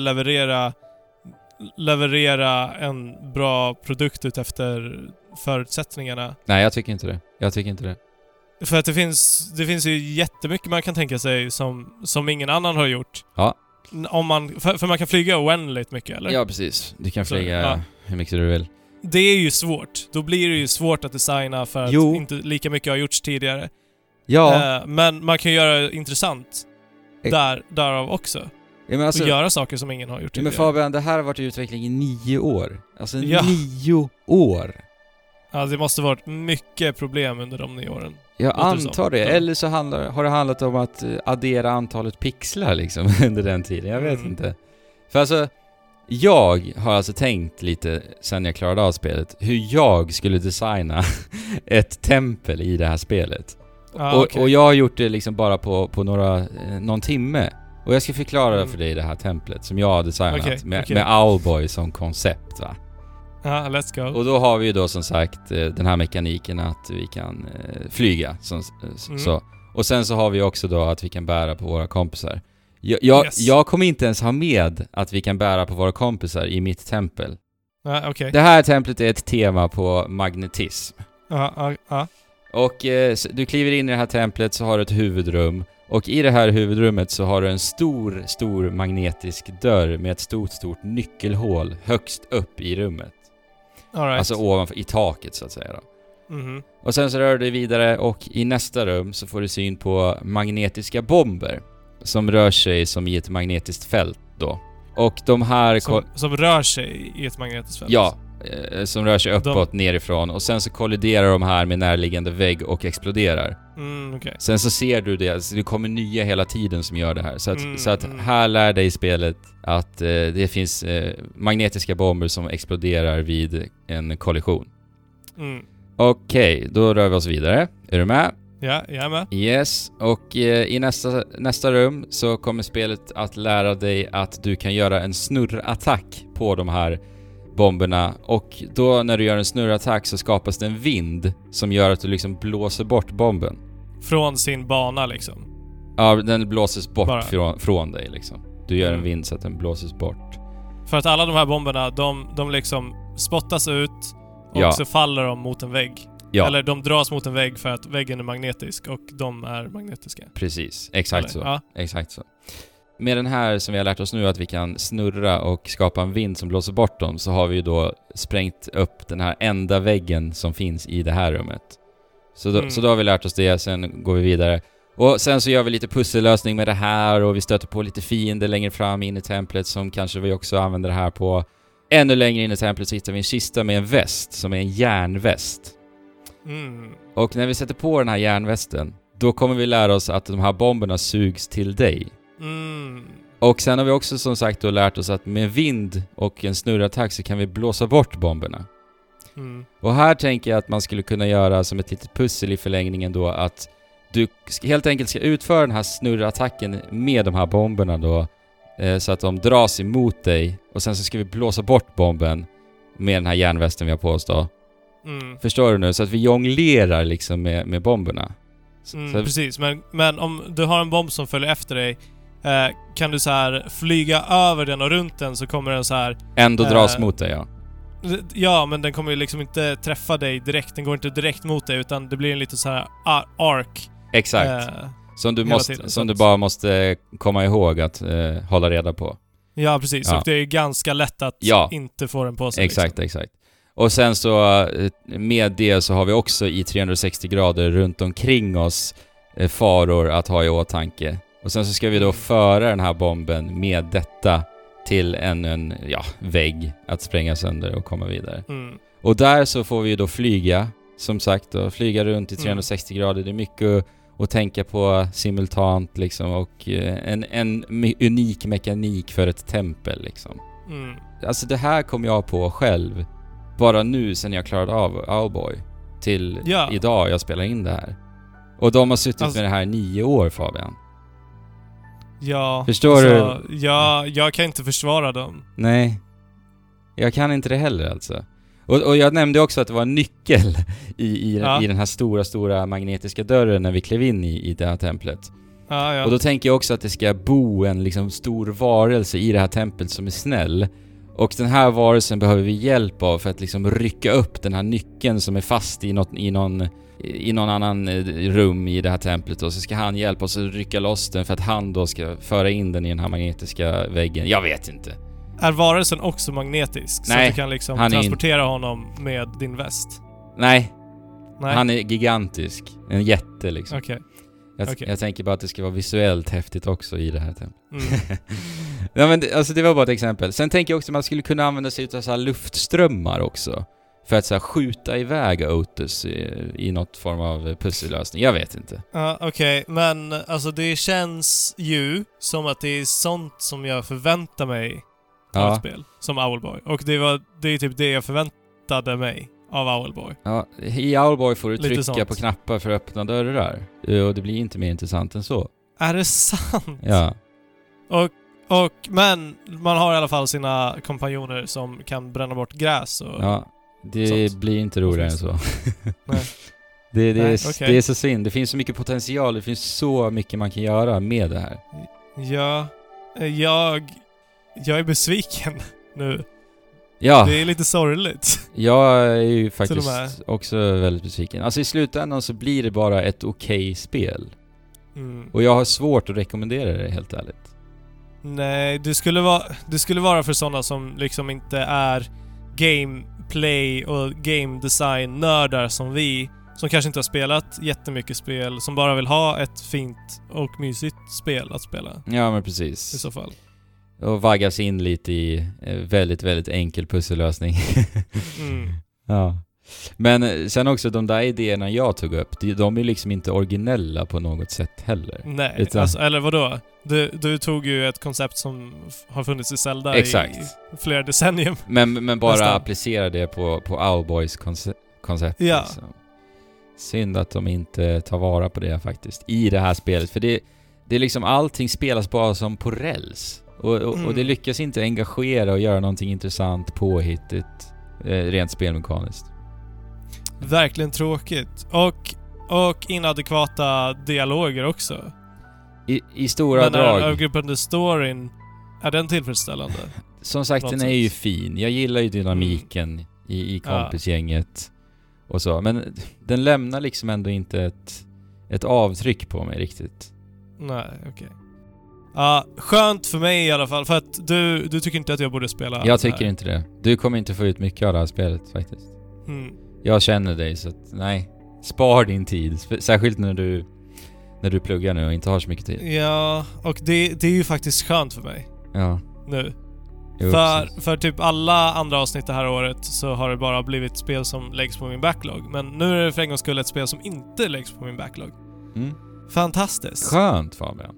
leverera en bra produkt ut efter förutsättningarna. Nej, jag tycker inte det. För att det finns ju jättemycket man kan tänka sig som ingen annan har gjort. Ja. För man kan flyga oändligt mycket, eller? Ja, precis. Du kan flyga hur mycket du vill. Det är ju svårt. Då blir det ju svårt att designa för att inte lika mycket har gjorts tidigare. Ja. Men man kan göra det intressant därav också. Ja, men alltså, och göra saker som ingen har gjort tidigare. Men Fabian, det här har varit i utveckling i 9 år. Alltså 9 år. Ja, det måste varit mycket problem under de 9 åren. Jag antar det. Eller så har det handlat om att addera antalet pixlar liksom under den tiden. Jag vet inte. För alltså, jag har alltså tänkt lite sen jag klarade av spelet hur jag skulle designa ett tempel i det här spelet. Och jag har gjort det liksom bara på någon timme. Och jag ska förklara för dig det här templet som jag har designat med Owlboy som koncept, va? Ja, let's go. Och då har vi ju då som sagt den här mekaniken att vi kan flyga. Så. Och sen så har vi också då att vi kan bära på våra kompisar. Jag kommer inte ens ha med att vi kan bära på våra kompisar i mitt tempel. Det här templet är ett tema på magnetism. Och du kliver in i det här templet, så har du ett huvudrum. Och i det här huvudrummet så har du en stor magnetisk dörr med ett stort nyckelhål högst upp i rummet. Alltså ovanför, i taket så att säga då. Och sen så rör du dig vidare och i nästa rum så får du syn på magnetiska bomber som rör sig som i ett magnetiskt fält då. Och de här... Som rör sig i ett magnetiskt fält? Ja, som rör sig uppåt, nerifrån. Och sen så kolliderar de här med närliggande vägg och exploderar. Sen så ser du det, alltså det kommer nya hela tiden som gör det här. Så att här lär dig spelet att det finns magnetiska bomber som exploderar vid en kollision. Okej, då rör vi oss vidare. Är du med? Ja, jag är med. Yes, och i nästa rum så kommer spelet att lära dig att du kan göra en snurrattack på de här bomberna. Och då när du gör en snurrattack så skapas det en vind som gör att du liksom blåser bort bomben. Från sin bana liksom? Ja, den blåses bort från dig liksom. Du gör en vind så att den blåses bort. För att alla de här bomberna, de liksom spottas ut och så faller de mot en vägg. Ja. Eller de dras mot en vägg för att väggen är magnetisk och de är magnetiska. Precis, exakt så. Ja. Exakt så. Med den här som vi har lärt oss nu att vi kan snurra och skapa en vind som blåser bort dem, så har vi ju då sprängt upp den här enda väggen som finns i det här rummet. Så då har vi lärt oss det, sen går vi vidare. Och sen så gör vi lite pussellösning med det här och vi stöter på lite fiender längre fram in i templet som kanske vi också använder det här på. Ännu längre in i templet så hittar vi en kista med en väst som är en järnväst. Och när vi sätter på den här järnvästen, då kommer vi lära oss att de här bomberna sugs till dig. Och sen har vi också som sagt då lärt oss att med vind och en snurrattack så kan vi blåsa bort bomberna. Och här tänker jag att man skulle kunna göra som ett litet pussel i förlängningen då, att du helt enkelt ska utföra den här snurrattacken med de här bomberna då, så att de dras emot dig, och sen så ska vi blåsa bort bomben med den här järnvästen vi har på oss då. Förstår du nu? Så att vi jonglerar liksom med bomberna. Precis, men om du har en bomb som följer efter dig, kan du så här flyga över den och runt den, så kommer den så här ändå dras mot dig, ja. Ja, men den kommer ju liksom inte träffa dig direkt. Den går inte direkt mot dig, utan det blir en liten så här arc. Exakt. Som du bara måste komma ihåg att hålla reda på. Ja, precis. Ja. Och det är ganska lätt att inte få den på sig. Exakt. Och sen så med det så har vi också i 360 grader runt omkring oss faror att ha i åtanke. Och sen så ska vi då föra den här bomben med detta till en vägg att spränga sönder och komma vidare. Och där så får vi då flyga, som sagt då, flyga runt i 360 grader. Det är mycket att tänka på simultant liksom, och en unik mekanik för ett tempel liksom. Alltså det här kom jag på själv bara nu sen jag klarade av Owlboy till idag jag spelar in det här. Och de har suttit med det här 9 år, Fabian. Ja. Förstår du? Ja, jag kan inte försvara dem. Nej. Jag kan inte det heller alltså. Och jag nämnde också att det var en nyckel i den här stora magnetiska dörren när vi klev in i det här templet. Ja. Och då tänker jag också att det ska bo en liksom stor varelse i det här templet som är snäll. Och den här varelsen behöver vi hjälp av för att liksom rycka upp den här nyckeln som är fast i någon annan rum i det här templet, och så ska han hjälpa oss att rycka loss den för att han då ska föra in den i den här magnetiska väggen. Jag vet inte. Är varelsen också magnetisk? Nej, så att du kan liksom transportera honom med din väst? Nej. Han är gigantisk. En jätte liksom. Okej. Jag tänker bara att det ska vara visuellt häftigt också i det här templet. Ja, men det var bara ett exempel. Sen tänker jag också att man skulle kunna använda sig av så här luftströmmar också. För att så här skjuta iväg Otus i något form av pussellösning. Jag vet inte. Okej. Men alltså det känns ju som att det är sånt som jag förväntar mig av ett spel. Som Owlboy. Och det är typ det jag förväntade mig av Owlboy. Ja, i Owlboy får du trycka på knappar för att öppna dörrar. Och det blir inte mer intressant än så. Är det sant? Ja. Men man har i alla fall sina kompanjoner som kan bränna bort gräs och... Ja, det sånt. Blir inte roligare än så. Nej. Det är så synd. Det finns så mycket potential. Det finns så mycket man kan göra med det här. Ja, jag är besviken nu. Ja. Det är lite sorgligt. Jag är ju faktiskt också väldigt besviken. Alltså i slutändan så blir det bara ett okej spel. Och jag har svårt att rekommendera det, helt ärligt. Nej, det skulle vara för sådana som liksom inte är gameplay och game design nördar som vi, som kanske inte har spelat jättemycket spel, som bara vill ha ett fint och mysigt spel att spela. Ja, men precis. I så fall. Och vaggas in lite i väldigt, väldigt enkel pussellösning. Ja. Men sen också de där idéerna jag tog upp, de är liksom inte originella på något sätt heller. Nej, alltså, eller vadå? Du tog ju ett koncept som har funnits i Zelda i flera decennium. Men bara applicera det på Owlboys koncept. Ja. Liksom. Synd att de inte tar vara på det faktiskt i det här spelet. För det är liksom allting spelas bara som på räls. Och det lyckas inte engagera och göra någonting intressant, påhittigt, rent spelmekaniskt. Verkligen tråkigt. Och inadekvata dialoger också. I stora drag. Men den övergripande storyn, är den tillfredsställande? Som sagt, den är ju fin. Jag gillar ju dynamiken i kompisgänget och så. Men den lämnar liksom ändå inte ett avtryck på mig riktigt. Nej, okej. Skönt för mig i alla fall, för att du tycker inte att jag borde spela. Jag tycker inte det. Du kommer inte få ut mycket av det här spelet faktiskt. Jag känner dig, så att nej. Spar din tid, särskilt när du pluggar nu och inte har så mycket tid. Ja, och det är ju faktiskt skönt för mig. Ja. Nu. Jo, för typ alla andra avsnitt det här året så har det bara blivit spel som läggs på min backlog. Men nu är det för en gångs skull ett spel som inte läggs på min backlog. Fantastiskt. Skönt, Fabian.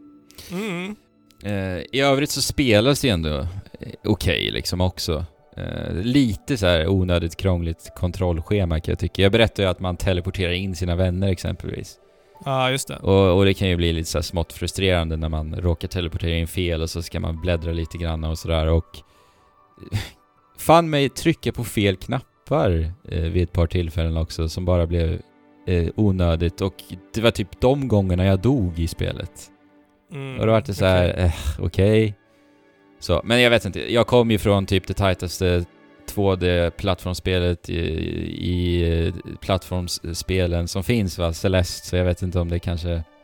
I övrigt så spelas det ändå okej liksom också. Lite så här onödigt krångligt kontrollschema kan jag tycka. Jag berättade ju att man teleporterar in sina vänner exempelvis. Ja, just det. Och det kan ju bli lite så här smått frustrerande när man råkar teleportera in fel och så ska man bläddra lite grann och sådär. Och fann mig trycka på fel knappar vid ett par tillfällen också som bara blev onödigt. Och det var typ de gångerna jag dog i spelet. Och då var det så här, okej. Så, men jag vet inte, jag kom ju från typ det tajtaste 2D-plattformsspelet i plattformsspelen som finns, va? Celeste, så jag vet inte om det kanske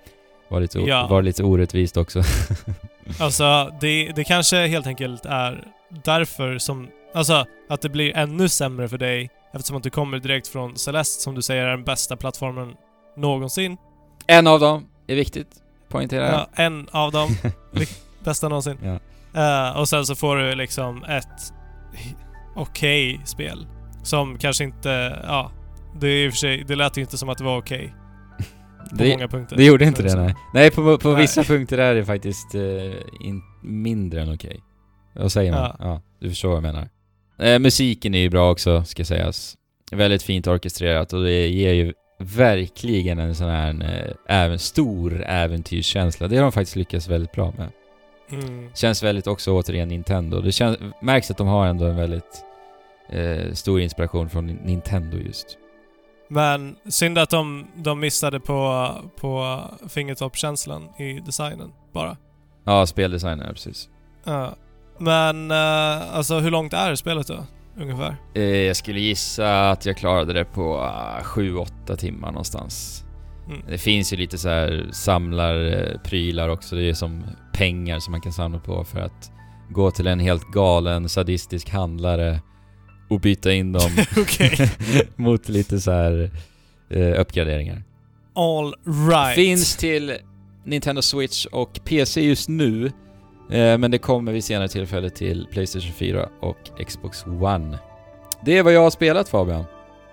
Var lite orättvist också. Alltså, det kanske helt enkelt är därför som... Alltså, att det blir ännu sämre för dig eftersom att du kommer direkt från Celeste, som du säger är den bästa plattformen någonsin. En av dem är viktigt, poängtera. Ja, en av dem. Bästa någonsin. Ja. Och sen så får du liksom ett okej spel. Som kanske inte... Ja, det är i och för sig... Det lät ju inte som att det var okej. På många punkter. Det gjorde inte det, nej. Nej, på Nej. vissa punkter är det faktiskt mindre än okej. Vad säger man? Ja, du förstår vad jag menar. Musiken är ju bra också, ska sägas. Väldigt fint orkestrerat och det ger ju verkligen en sån här stor äventyrskänsla. Det har de faktiskt lyckats väldigt bra med. Känns väldigt också återigen Nintendo. Det märks att de har ändå en väldigt stor inspiration från Nintendo just. Men synd att de missade på fingertoppkänslan i designen bara. Ja, speldesignen, precis. Men alltså hur långt är spelet då? Ungefär? Jag skulle gissa att jag klarade det på 7-8 timmar någonstans. Det finns ju lite så här samlarprylar också. Det är som pengar som man kan samla på för att gå till en helt galen sadistisk handlare och byta in dem mot lite så här uppgraderingar. All right. Finns till Nintendo Switch och PC just nu, men det kommer vid senare tillfälle till PlayStation 4 och Xbox One. Det är vad jag har spelat, Fabian.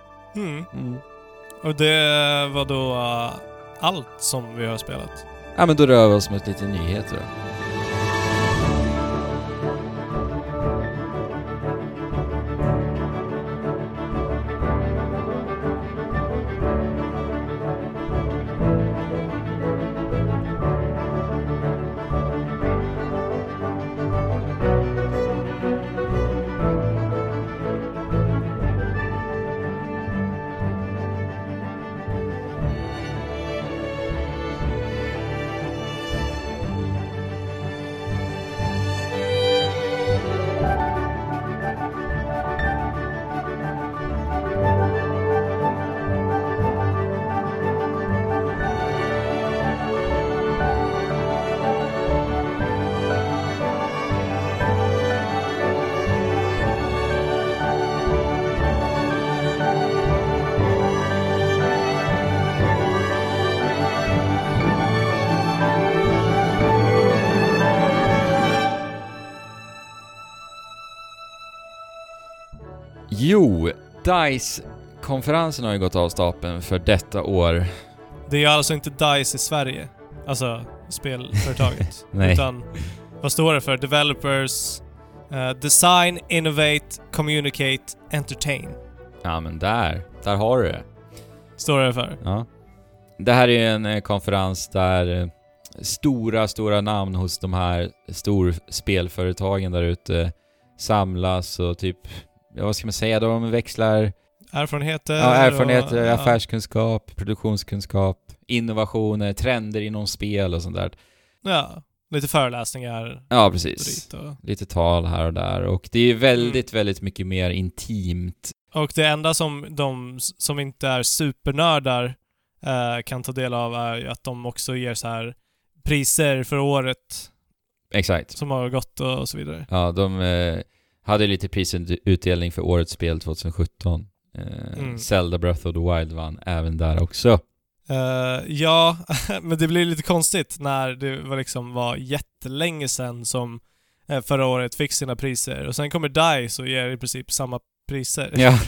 Och det var då allt som vi har spelat. Ja, men då rör vi oss mot lite nyheter då. Jo, DICE-konferensen har ju gått av stapeln för detta år. Det är ju alltså inte DICE i Sverige. Alltså, spelföretaget. Nej. Utan, vad står det för? Developers, Design, Innovate, Communicate, Entertain. Ja, men där har du det. Står det för? Ja. Det här är en konferens där stora namn hos de här storspelföretagen där ute samlas och typ, vad ska man säga, de växlar erfarenheter, affärskunskap, produktionskunskap, innovationer, trender inom spel och sånt där. Ja, lite föreläsningar. Ja, precis. Lite tal här och där. Och det är väldigt mycket mer intimt. Och det enda som de som inte är supernördar kan ta del av är ju att de också ger så här priser för året. Exakt. Som har gått och så vidare. Ja, de hade lite prisutdelning för årets spel 2017. Zelda Breath of the Wild vann även där också. Ja, men det blir lite konstigt när det var jättelänge sedan som förra året fick sina priser. Och sen kommer DICE och ger i princip samma priser. Ja.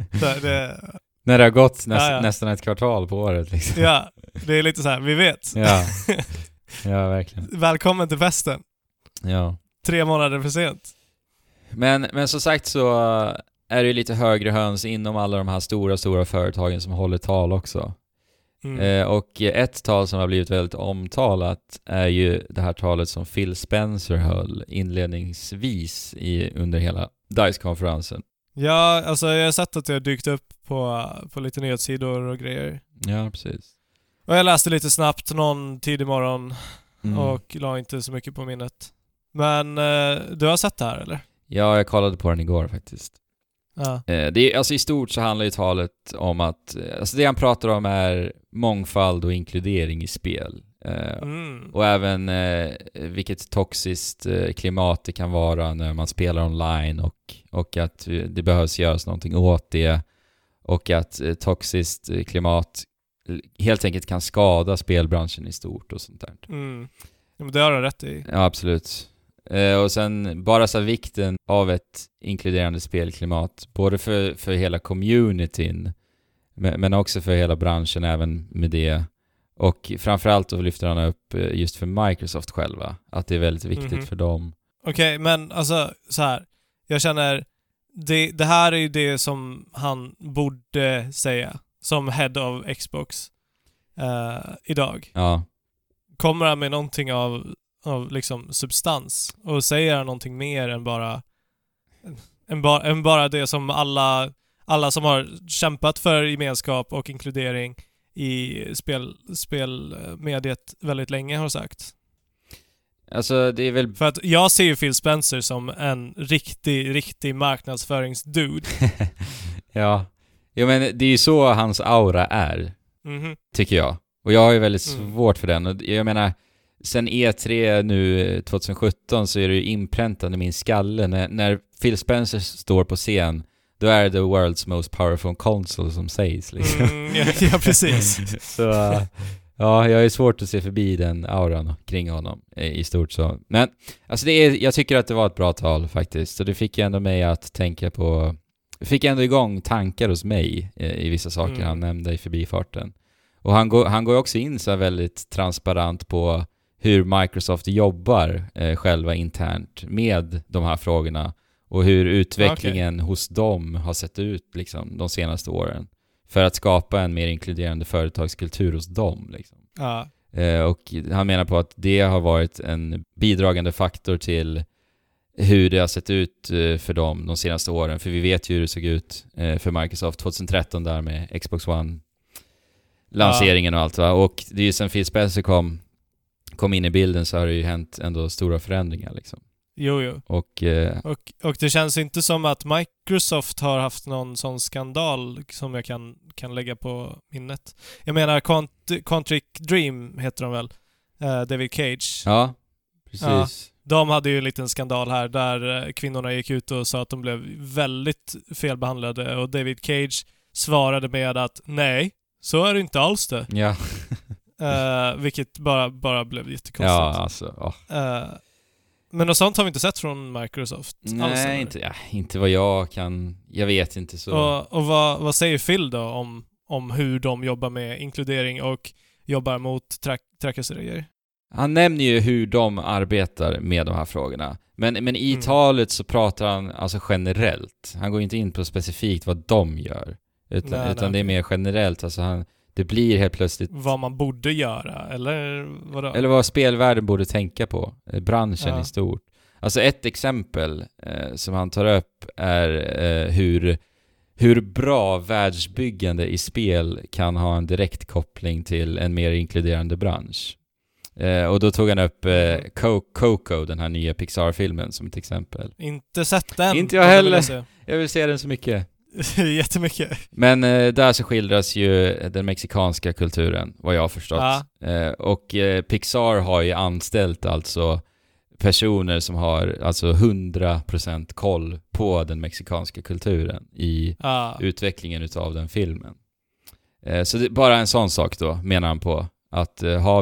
När det har gått nästan ett kvartal på året liksom. Ja, det är lite så här, vi vet. Ja, ja verkligen. Välkommen till festen. Ja. 3 månader för sent. Men som sagt så är det lite högre höns inom alla de här stora företagen som håller tal också. Och ett tal som har blivit väldigt omtalat är ju det här talet som Phil Spencer höll inledningsvis under hela DICE-konferensen. Ja, alltså jag har sett att det har dykt upp på lite nyhetssidor och grejer. Ja, precis. Och jag läste lite snabbt någon tidig morgon och la inte så mycket på minnet. Men du har sett det här, eller? Ja, jag kollade på den igår faktiskt. Ja. Det är, alltså i stort så handlar ju talet om att alltså det han pratar om är mångfald och inkludering i spel. Och även vilket toxiskt klimat det kan vara när man spelar online och att det behövs göras någonting åt det och att toxiskt klimat helt enkelt kan skada spelbranschen i stort och sånt där. Ja, men det har du rätt i. Ja, absolut. Och sen bara så vikten av ett inkluderande spelklimat både för hela communityn men också för hela branschen även med det. Och framförallt då lyfter han upp just för Microsoft själva att det är väldigt viktigt för dem. Okej, men alltså så här. Jag känner det här är ju det som han borde säga som head of Xbox idag. Ja. Kommer han med någonting av liksom substans och säger han någonting mer än bara det som alla som har kämpat för gemenskap och inkludering i spelmediet väldigt länge har sagt. Alltså det är väl... För att jag ser ju Phil Spencer som en riktig marknadsföringsdude. Ja. Jo men det är ju så hans aura är. Tycker jag. Och jag har ju väldigt svårt för den. Och jag menar, sen E3 nu 2017 så är det ju inpräntat i min skalle. När Phil Spencer står på scen, då är det the world's most powerful console som sägs liksom. Ja, precis. Så ja, jag är svårt att se förbi den auran kring honom i stort så. Men alltså jag tycker att det var ett bra tal faktiskt. Så det fick ändå mig att tänka på, fick ändå igång tankar hos mig i vissa saker han nämnde i förbifarten. Och han går också in så här väldigt transparent på hur Microsoft jobbar själva internt med de här frågorna och hur utvecklingen hos dem har sett ut liksom, de senaste åren för att skapa en mer inkluderande företagskultur hos dem. Liksom. Ja. Och han menar på att det har varit en bidragande faktor till hur det har sett ut för dem de senaste åren. För vi vet ju hur det såg ut för Microsoft 2013 där med Xbox One lanseringen och allt va. Och det är ju sen Phil Spencer kom in i bilden så har det ju hänt ändå stora förändringar liksom. Jo. Och det känns inte som att Microsoft har haft någon sån skandal som jag kan lägga på minnet. Jag menar Quantic Dream heter de väl? David Cage. Ja, precis. Ja, de hade ju en liten skandal här där kvinnorna gick ut och sa att de blev väldigt felbehandlade och David Cage svarade med att nej, så är det inte alls det. Ja. Vilket bara blev jättekonstigt. Ja, alltså. Men något sånt har vi inte sett från Microsoft. Nej, inte vad jag kan. Jag vet inte så. Och vad säger Phil då om hur de jobbar med inkludering och jobbar mot trakasserier? Han nämner ju hur de arbetar med de här frågorna. Men i talet så pratar han alltså generellt. Han går inte in på specifikt vad de gör. Utan det är mer generellt. Alltså det blir helt plötsligt... Vad man borde göra, eller vadå? Eller vad spelvärlden borde tänka på. Branschen i stort. Alltså ett exempel som han tar upp är hur bra världsbyggande i spel kan ha en direkt koppling till en mer inkluderande bransch. Och då tog han upp Coco, den här nya Pixar-filmen, som ett exempel. Inte sett den. Inte jag heller. Jag vill se den så mycket. Jättemycket. Men där så skildras ju den mexikanska kulturen, vad jag har förstått. Och Pixar har ju anställt alltså personer som har alltså 100% koll på den mexikanska kulturen i utvecklingen utav den filmen. Så det är bara en sån sak då, menar han på. Att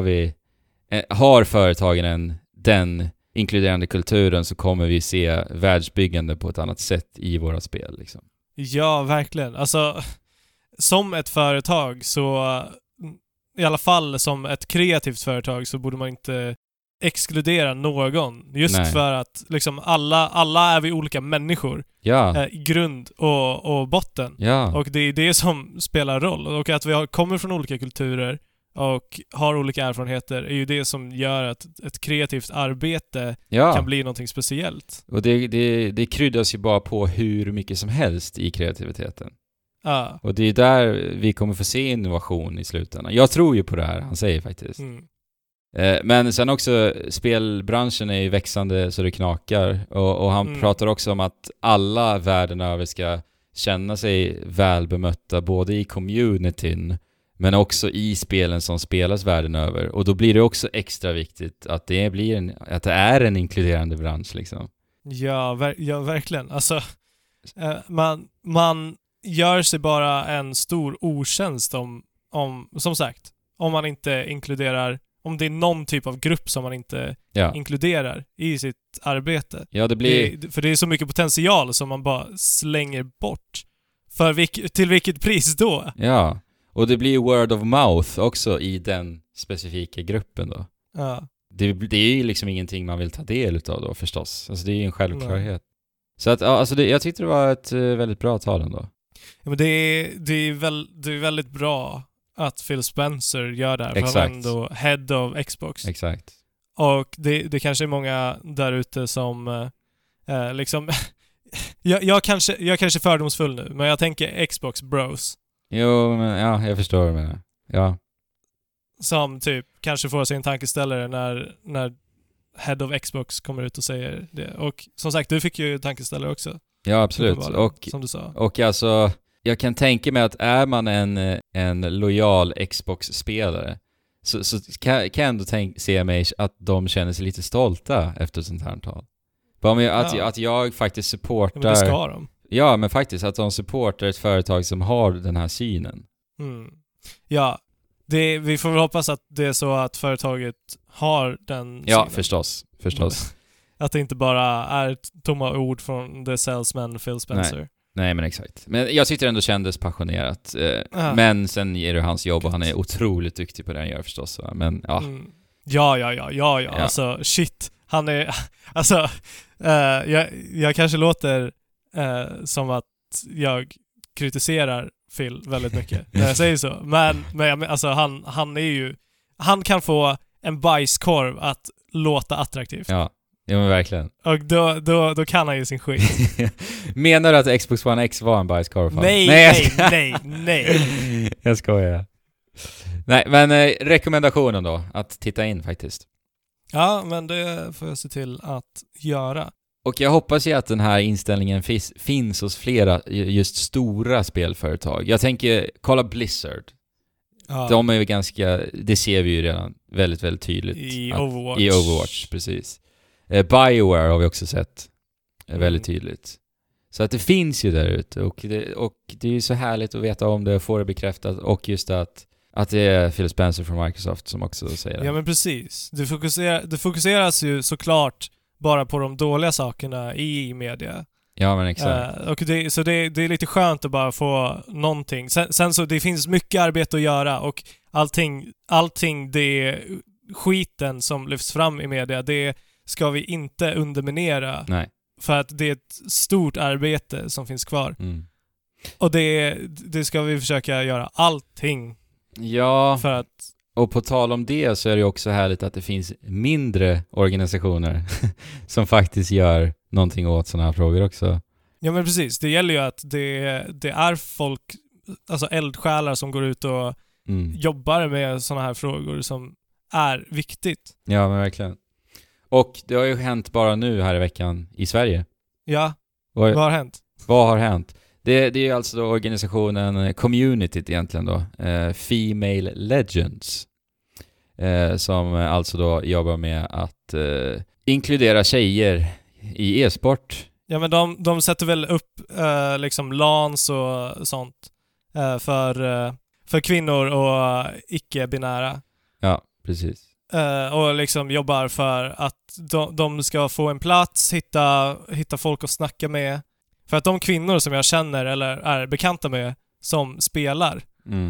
har företagen den inkluderande kulturen så kommer vi se världsbyggande på ett annat sätt i våra spel liksom. Ja, verkligen. Alltså, som ett företag så, i alla fall som ett kreativt företag, så borde man inte exkludera någon. Just för att liksom alla är vi olika människor. Ja. I grund och botten. Ja. Och det är det som spelar roll. Och att vi kommer från olika kulturer och har olika erfarenheter är ju det som gör att ett kreativt arbete kan bli någonting speciellt. Och det kryddas ju bara på hur mycket som helst i kreativiteten. Och det är där vi kommer få se innovation i slutändan. Jag tror ju på det här, han säger faktiskt. Men sen också, spelbranschen är ju växande så det knakar. Och han pratar också om att alla världen över ska känna sig välbemötta både i communityn men också i spelen som spelas världen över. Och då blir det också extra viktigt att det är en inkluderande bransch liksom. Ja, verkligen. Alltså, man gör sig bara en stor otjänst om som sagt, om man inte inkluderar, om det är någon typ av grupp som man inte inkluderar i sitt arbete. Ja, för det är så mycket potential som man bara slänger bort. Till vilket pris då? Ja, och det blir word of mouth också i den specifika gruppen då. Ja. Det är ju liksom ingenting man vill ta del utav då förstås. Alltså det är ju en självklarhet. Nej. Så att alltså jag tyckte det var ett väldigt bra tal ändå. Ja, men det är väldigt bra att Phil Spencer gör det här. Exakt. För han är ändå head of Xbox. Exakt. Och det kanske är många där ute som liksom jag kanske är fördomsfull nu, men jag tänker Xbox Bros. Jo, men ja, jag förstår vad du menar. Ja. Som typ kanske får sig en tankeställare när head of Xbox kommer ut och säger det. Och som sagt, du fick ju tankeställare också. Ja, absolut. Och som du sa. Och alltså, jag kan tänka mig att är man en lojal Xbox-spelare så kan jag ändå se mig att de känner sig lite stolta efter sånt här tal. Att jag faktiskt supportar... Ja, men det ska de. Ja, men faktiskt att de supportar ett företag som har den här synen. Mm. Ja, vi får väl hoppas att det är så att företaget har den synen. Ja, förstås. Att det inte bara är tomma ord från the salesman Phil Spencer. Nej, men exakt. Men jag tyckte det ändå kändes passionerat. Men sen är det hans jobb och han är otroligt duktig på det han gör förstås. Men ja. Ja. Alltså, shit. Han är... Alltså, jag kanske låter som att jag kritiserar Phil väldigt mycket när jag säger så. Men alltså, han är ju... Han kan få en bajskorv att låta attraktivt. Ja, men verkligen. Och då kan han ju sin skit. Menar du att Xbox One X var en bajskorv? Nej. Jag skojar. Nej, men rekommendationen då, att titta in faktiskt. Ja, men det får jag se till att göra. Och jag hoppas ju att den här inställningen finns hos flera just stora spelföretag. Jag tänker, kolla Blizzard. Ja. De är ju ganska, det ser vi ju redan väldigt, väldigt tydligt. I Overwatch, precis. BioWare har vi också sett väldigt tydligt. Så att det finns ju där ute och det är ju så härligt att veta om det och få det bekräftat och just att det är Phil Spencer från Microsoft som också säger det. Ja, men precis. Det fokuseras ju såklart bara på de dåliga sakerna i media. Ja, men exakt. Och det är lite skönt att bara få någonting. Sen så det finns mycket arbete att göra och allting det skiten som lyfts fram i media, det ska vi inte underminera. Nej. För att det är ett stort arbete som finns kvar. Mm. Och det ska vi försöka göra allting. Ja. För att... Och på tal om det så är det också härligt att det finns mindre organisationer som faktiskt gör någonting åt sådana här frågor också. Ja, men precis. Det gäller ju att det är folk, alltså eldsjälar som går ut och jobbar med sådana här frågor som är viktigt. Ja, men verkligen. Och det har ju hänt bara nu här i veckan i Sverige. Ja, vad har hänt? Vad har hänt? Det är alltså då organisationen Communityt egentligen då. Female Legends. Som alltså då jobbar med att inkludera tjejer i e-sport. Ja, men de sätter väl upp liksom LANs och sånt för kvinnor och icke-binära. Ja, precis. Och liksom jobbar för att de ska få en plats, hitta folk att snacka med. För att de kvinnor som jag känner eller är bekanta med som spelar,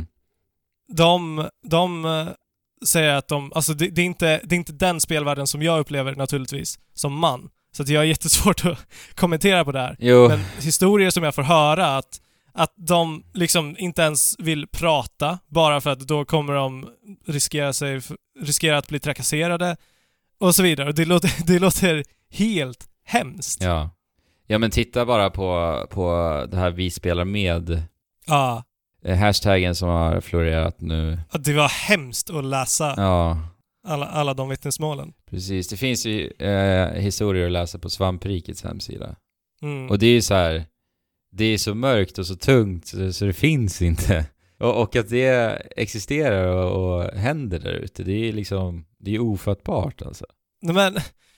de säger att alltså det är inte den spelvärlden som jag upplever naturligtvis som man. Så att jag har jättesvårt att kommentera på det här. Jo. Men historier som jag får höra att de liksom inte ens vill prata bara för att då kommer de riskera att bli trakasserade och så vidare. Det låter helt hemskt. Ja, men titta bara på det här vi spelar med. Ja. Hashtaggen som har florerat nu. Det var hemskt att läsa. Ja. Alla de vittnesmålen. Precis, det finns ju historier att läsa på Svamprikets hemsida. Mm. Och det är ju så här, det är så mörkt och så tungt så det finns inte och att det existerar och händer där ute, det är liksom, det är ofattbart alltså. Nej, men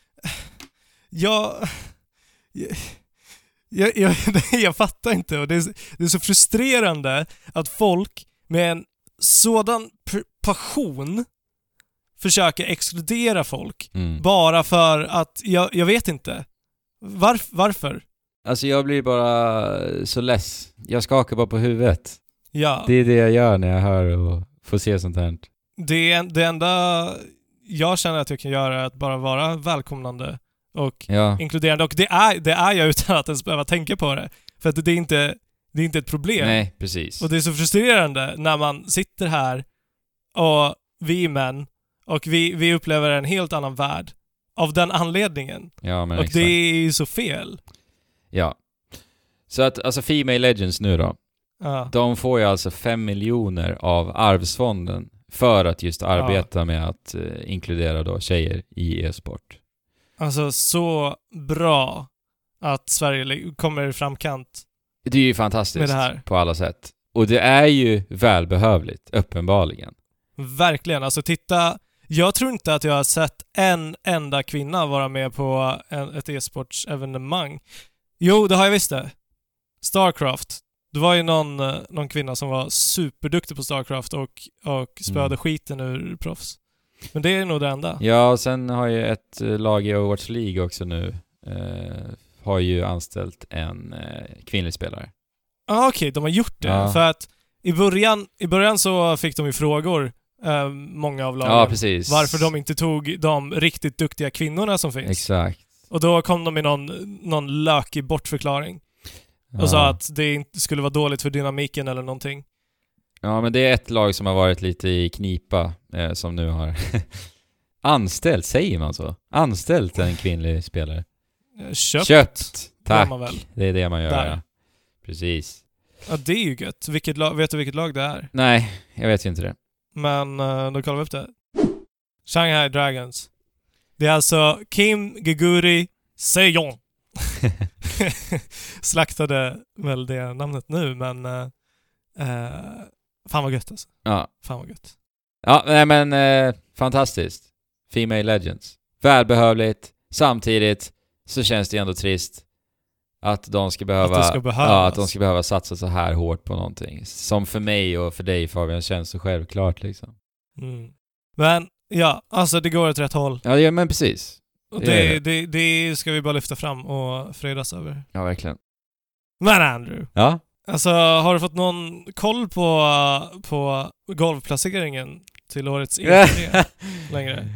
jag fattar inte, och det är så frustrerande att folk med en sådan passion försöker exkludera folk bara för att jag vet inte varför. Alltså jag blir bara så less. Jag skakar bara på huvudet. Ja. Det är det jag gör när jag hör och får se sånt här. Det enda jag känner att jag kan göra är att bara vara välkomnande och inkluderande. Och det är jag utan att ens behöva tänka på det. För att det är inte ett problem. Nej, precis. Och det är så frustrerande när man sitter här och vi är män och vi upplever en helt annan värld av den anledningen. Ja, men och exakt. det är ju så fel. Ja. Så att, alltså Female Legends nu då. Ja. De får ju alltså 5 miljoner av arvsfonden för att just arbeta med att inkludera då tjejer i e-sport. Alltså så bra att Sverige kommer i framkant. Det är ju fantastiskt med det här. På alla sätt. Och det är ju välbehövligt, uppenbarligen. Verkligen. Alltså titta, jag tror inte att jag har sett en enda kvinna vara med på ett e-sportsevenemang. Jo, det har jag visst det. Starcraft. Det var ju någon kvinna som var superduktig på Starcraft och spöade skiten ur proffs. Men det är nog det enda. Ja, och sen har ju ett lag i Overwatch League också nu har ju anställt en kvinnlig spelare. Okej, de har gjort det. Ja. För att i början så fick de ju frågor, många av lagen. Ja, precis. Varför de inte tog de riktigt duktiga kvinnorna som finns. Exakt. Och då kom de med någon lökig bortförklaring. Och sa att det inte skulle vara dåligt för dynamiken eller någonting. Ja, men det är ett lag som har varit lite i knipa som nu har anställt, säger man så? Anställt en kvinnlig spelare. Köpt. Tack. Det är det man gör. Ja. Precis. Ja, det är ju gött. Vet du vilket lag det är? Nej, jag vet ju inte det. Men då kollar vi upp det. Shanghai Dragons. Det är alltså Kim Geguri Sejong. Slaktade väl det namnet nu, men fan vad gött alltså. Ja. Fan vad gött. Ja, nej men fantastiskt. Female Legends. Välbehövligt. Samtidigt så känns det ändå trist att de ska behöva att de ska behöva satsa så här hårt på någonting som för mig och för dig, Fabian, känns så självklart liksom. Men ja, alltså det går åt rätt håll. Ja, men precis. Och det ska vi bara lyfta fram och fredas över. Ja, verkligen. Men Andrew. Ja? Alltså, har du fått någon koll på golvplaceringen till årets E3 längre?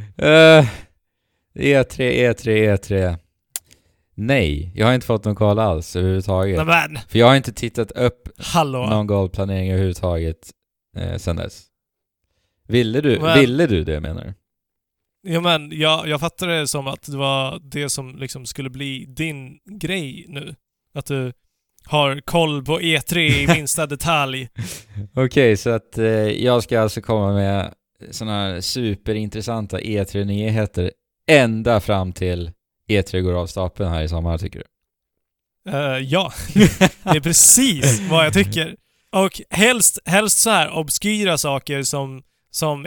E3. Nej, jag har inte fått någon koll alls överhuvudtaget. Nämen. För jag har inte tittat upp någon golvplanering överhuvudtaget sen dess. Ville du det, menar du? Ja, men jag fattade det som att det var det som liksom skulle bli din grej nu. Att du har koll på E3 i minsta detalj. Okej, så att jag ska alltså komma med såna här superintressanta E3-nyheter ända fram till E3 går av stapeln här i sommar, tycker du? Ja, det är precis vad jag tycker. Och helst så här obskyra saker som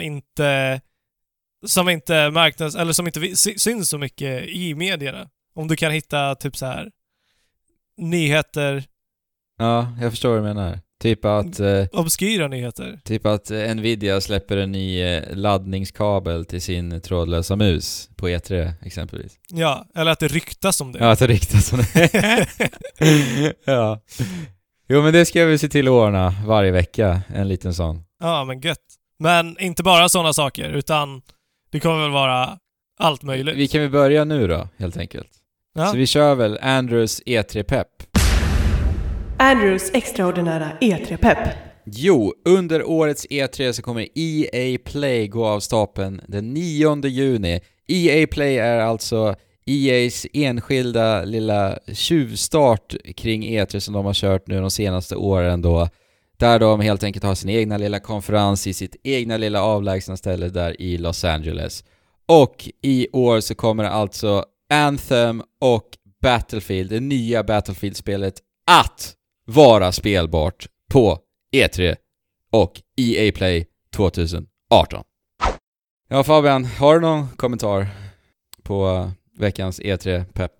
inte marknads eller som inte syns så mycket i medierna. Om du kan hitta typ så här nyheter. Ja, jag förstår vad du menar. Typ att obskyra nyheter. Typ att Nvidia släpper en ny laddningskabel till sin trådlösa mus på E3 exempelvis. Ja, eller att det ryktas om det. Ja, att det ryktas om det. Ja. Jo, men det ska vi se till att ordna varje vecka, en liten sån. Ja, men gött. Men inte bara sådana saker, utan det kommer väl vara allt möjligt. Vi kan väl börja nu då, helt enkelt. Ja. Så vi kör väl Andrews E3-pepp. Andrews extraordinära E3-pepp. Jo, under årets E3 så kommer EA Play gå av stapeln den 9 juni. EA Play är alltså EAs enskilda lilla tjuvstart kring E3 som de har kört nu de senaste åren då. Där de helt enkelt har sin egna lilla konferens i sitt egna lilla avlägsna ställe där i Los Angeles. Och i år så kommer alltså Anthem och Battlefield, det nya Battlefield-spelet, att vara spelbart på E3. och EA Play 2018. Ja, Fabian, har du någon kommentar på veckans E3-pepp?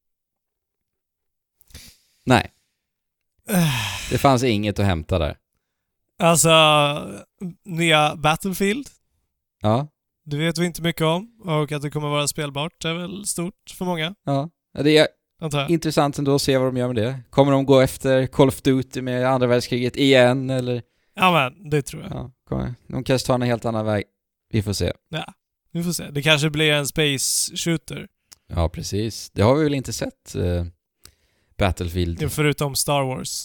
Nej. Det fanns inget att hämta där. Alltså, nya Battlefield. Ja. Det vet vi inte mycket om. Och att det kommer vara spelbart är väl stort för många. Ja. Det är antar jag. intressant ändå att se vad de gör med det. Kommer de gå efter Call of Duty med andra världskriget igen, eller? Ja, men det tror jag. Ja, de kanske tar en helt annan väg. Vi får se. Ja, vi får se. Det kanske blir en space shooter. Ja, precis. Det har vi väl inte sett Battlefield. Förutom Star Wars.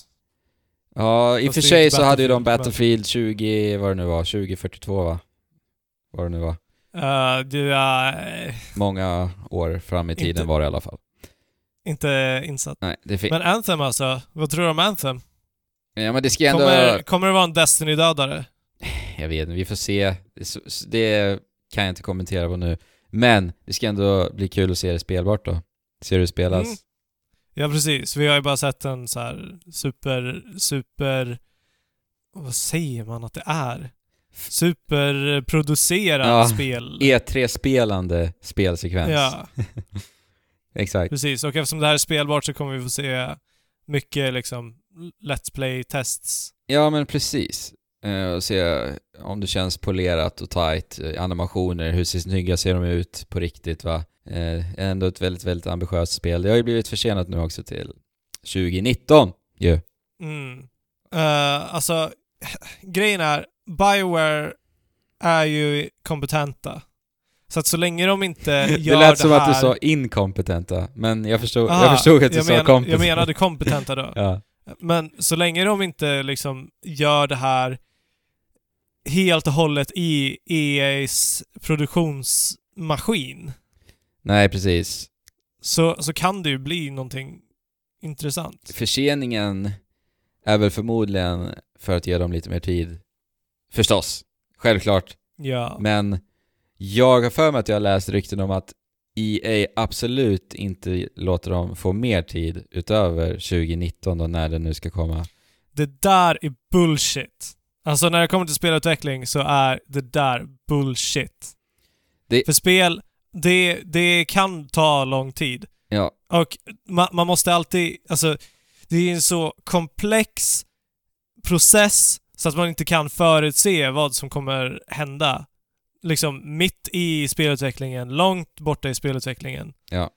Ja, i och Fast för det är sig inte så hade ju de Battlefield, Battlefield 20, vad det nu var, 2042 va? Vad det nu var. Du är Många år fram i tiden Inte- var det i alla fall. inte insatt. Nej, det är Men Anthem alltså, vad tror du om Anthem? Ja, men det ska ändå... Kommer det vara en Destiny-dödare? Jag vet inte, vi får se. Det kan jag inte kommentera på nu. Men det ska ändå bli kul att se det spelbart då. Se hur det spelas. Mm. Ja, precis. Vi har ju bara sett en så här super... Vad säger man att det är? Superproducerad Ja, spel. E3-spelande spelsekvens. Ja, Exakt. precis. Och eftersom det här är spelbart så kommer vi få se mycket liksom Let's Play-tests. Ja, men precis. Och se om det känns polerat och tight. Animationer, hur snygga ser de ut på riktigt va? Ändå ett väldigt, väldigt ambitiöst spel. Det har ju blivit försenat nu också till 2019. Yeah. Mm. Alltså, grejen är, BioWare är ju kompetenta. Så att så länge de inte gör det Det lät som här... att du sa inkompetenta, men jag förstod Aha, att du sa kompetenta. Jag menade kompetenta då. Ja. Men så länge de inte liksom gör det här helt och hållet i EAs produktionsmaskin, Nej, precis. så kan det ju bli någonting intressant. Förseningen är väl förmodligen för att ge dem lite mer tid. Förstås. Självklart. Ja. Men jag har för mig att jag har läst rykten om att EA absolut inte låter dem få mer tid utöver 2019 då, när det nu ska komma. Det där är bullshit. Alltså när det kommer till spelutveckling så är det där bullshit. För spel, det kan ta lång tid. Ja. Och man måste alltid, alltså det är en så komplex process så att man inte kan förutse vad som kommer hända. Liksom mitt i spelutvecklingen, långt borta i spelutvecklingen. Ja.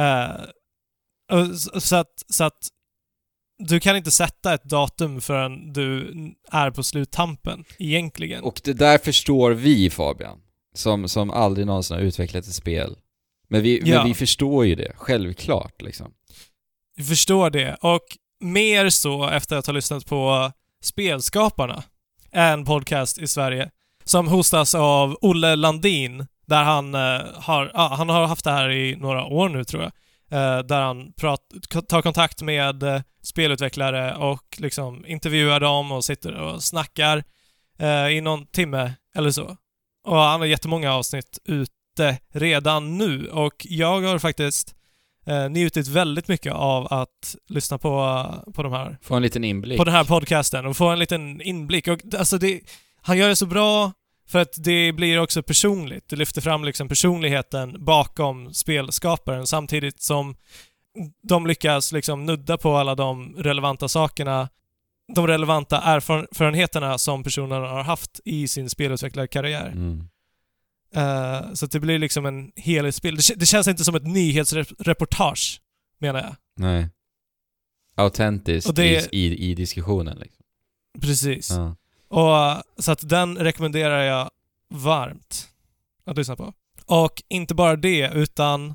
Så att du kan inte sätta ett datum förrän du är på sluttampen, egentligen. Och det där förstår vi, Fabian, som aldrig någonsin har utvecklat ett spel. Men vi förstår ju det, självklart liksom. Vi förstår det, och mer så efter att ha lyssnat på Spelskaparna, en podcast i Sverige som hostas av Olle Landin, där han har haft det här i några år nu tror jag. Där han tar kontakt med spelutvecklare och liksom intervjuar dem och sitter och snackar i någon timme eller så. Och han har jättemånga avsnitt ute redan nu, och jag har faktiskt njutit väldigt mycket av att lyssna på de här. Få en liten inblick. På den här podcasten och få en liten inblick. Och alltså han gör det så bra för att det blir också personligt. Det lyfter fram liksom personligheten bakom spelskaparen samtidigt som de lyckas liksom nudda på alla de relevanta sakerna, de relevanta erfarenheterna som personerna har haft i sin spelutvecklarkarriär. Mm. Så att det blir liksom en helhetsbild. Det känns inte som ett nyhetsreportage, menar jag. Nej. Autentiskt Och det... i diskussionen liksom. Precis. Ja. Och så att den rekommenderar jag varmt att lyssna på. Och inte bara det, utan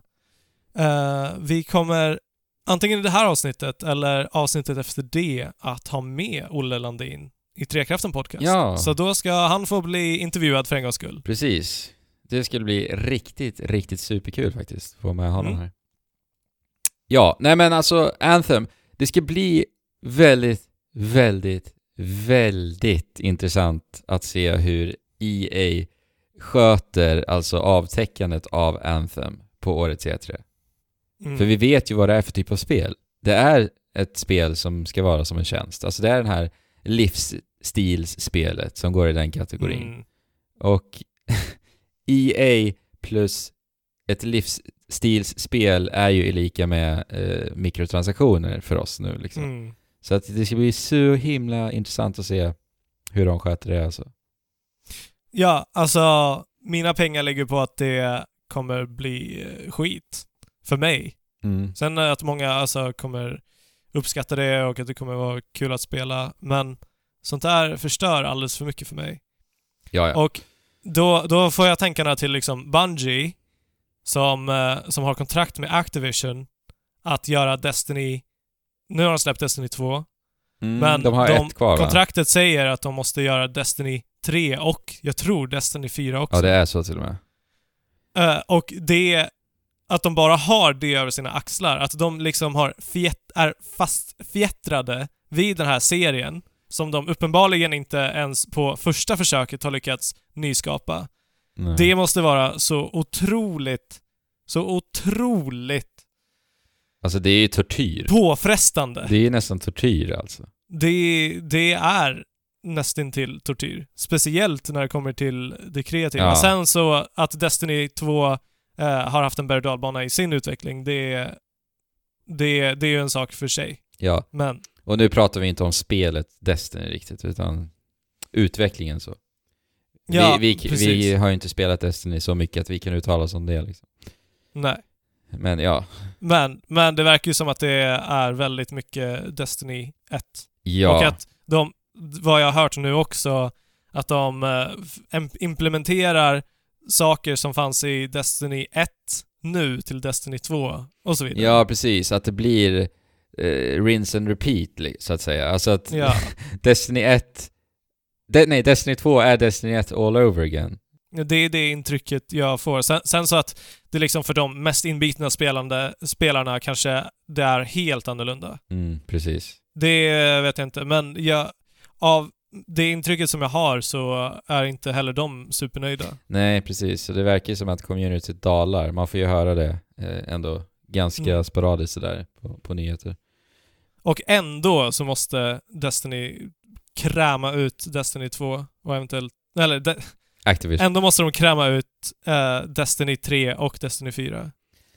vi kommer antingen i det här avsnittet eller avsnittet efter det att ha med Olle Landin i Trekraften podcast. Ja. Så då ska han få bli intervjuad för en gångs skull. Precis. Det skulle bli riktigt, riktigt superkul faktiskt. Få med honom här. Ja, nej men alltså Anthem. Det ska bli väldigt, väldigt, väldigt intressant att se hur EA sköter alltså avtäckandet av Anthem på årets E3. För vi vet ju vad det är för typ av spel. Det är ett spel som ska vara som en tjänst. Alltså det är den här livsstilsspelet som går i den kategorin. Mm. Och EA plus ett livsstilsspel är ju lika med mikrotransaktioner för oss nu liksom. Mm. Så att det ska bli så himla intressant att se hur de sköter det alltså. Ja, alltså mina pengar ligger på att det kommer bli skit för mig. Mm. Sen att många alltså kommer uppskatta det och att det kommer vara kul att spela, men sånt där förstör alldeles för mycket för mig. Ja. Och då får jag tankarna till liksom Bungie som har kontrakt med Activision att göra Destiny. Nu har de släppt Destiny 2. Men de har ett kvar, kontraktet säger att de måste göra Destiny 3 och jag tror Destiny 4 också. Ja, det är så till och med. Och det att de bara har det över sina axlar, att de liksom är fastfjättrade vid den här serien som de uppenbarligen inte ens på första försöket har lyckats nyskapa. Nej. Det måste vara så otroligt Alltså det är ju tortyr. påfrestande. Det är nästan tortyr alltså. Det är nästintill tortyr. Speciellt när det kommer till det kreativa. Ja. Sen så att Destiny 2 har haft en berg- och dalbana i sin utveckling, det är ju en sak för sig. Ja. Men Och nu pratar vi inte om spelet Destiny riktigt, utan utvecklingen så. ja, vi har ju inte spelat Destiny så mycket att vi kan uttala oss om det liksom. nej. Men ja. Men det verkar ju som att det är väldigt mycket Destiny 1. Ja. Och att vad jag har hört nu också, att de implementerar saker som fanns i Destiny 1 nu till Destiny 2 och så vidare. Ja, precis. Att det blir rinse and repeat så att säga. Alltså att Destiny 1 Destiny 2 är Destiny 1 all over again. Det är det intrycket jag får. Sen så att det liksom för de mest inbitna spelarna kanske det är helt annorlunda. Precis. Det vet jag inte, men av det intrycket som jag har så är inte heller de supernöjda. Nej, precis. Så det verkar som att communityt dalar. Man får ju höra det ändå ganska sporadiskt sådär på nyheter. Och ändå så måste Destiny kräma ut Destiny 2 och eventuellt... Activision. Ändå måste de kräma ut Destiny 3 och Destiny 4.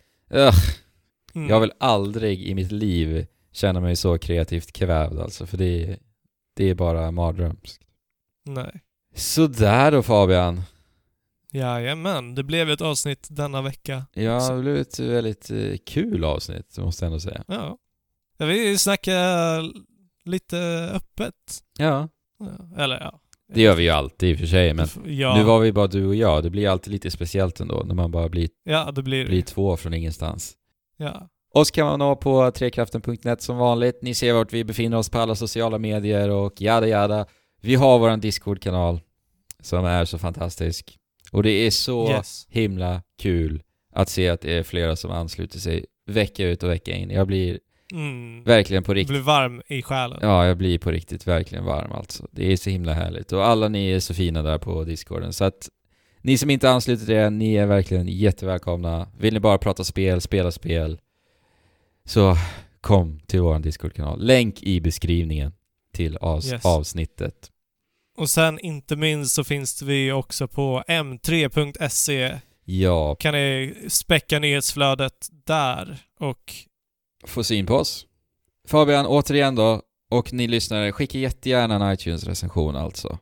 Jag vill aldrig i mitt liv känna mig så kreativt kvävd alltså. För det är bara mardrömskt. Nej. Så där då Fabian. Jajamän, det blev ett avsnitt denna vecka. Ja, det blev ett väldigt kul avsnitt, måste jag ändå säga. Ja. Vi snackar lite öppet. Ja. Eller ja. Det gör vi ju alltid i och för sig, men ja. nu var vi bara du och jag. Det blir alltid lite speciellt ändå när man bara blir två från ingenstans. Ja. Oss kan man nå på trekraften.net som vanligt. Ni ser vart vi befinner oss på alla sociala medier och jada. Vi har våran Discord-kanal som är så fantastisk. Och det är så himla kul att se att det är flera som ansluter sig vecka ut och vecka in. Jag blir verkligen på riktigt... Du blir varm i själen. Ja, jag blir på riktigt verkligen varm alltså. Det är så himla härligt. Och alla ni är så fina där på Discorden. Så att ni som inte ansluter er, ni är verkligen jättevälkomna. Vill ni bara prata spela spel, så kom till vår Discord-kanal. Länk i beskrivningen till avsnittet. Och sen inte minst så finns vi också på m3.se. Ja. Kan ni späcka nyhetsflödet där och få syn på oss. Fabian, återigen då, och ni lyssnare, skicka jättegärna en iTunes-recension alltså.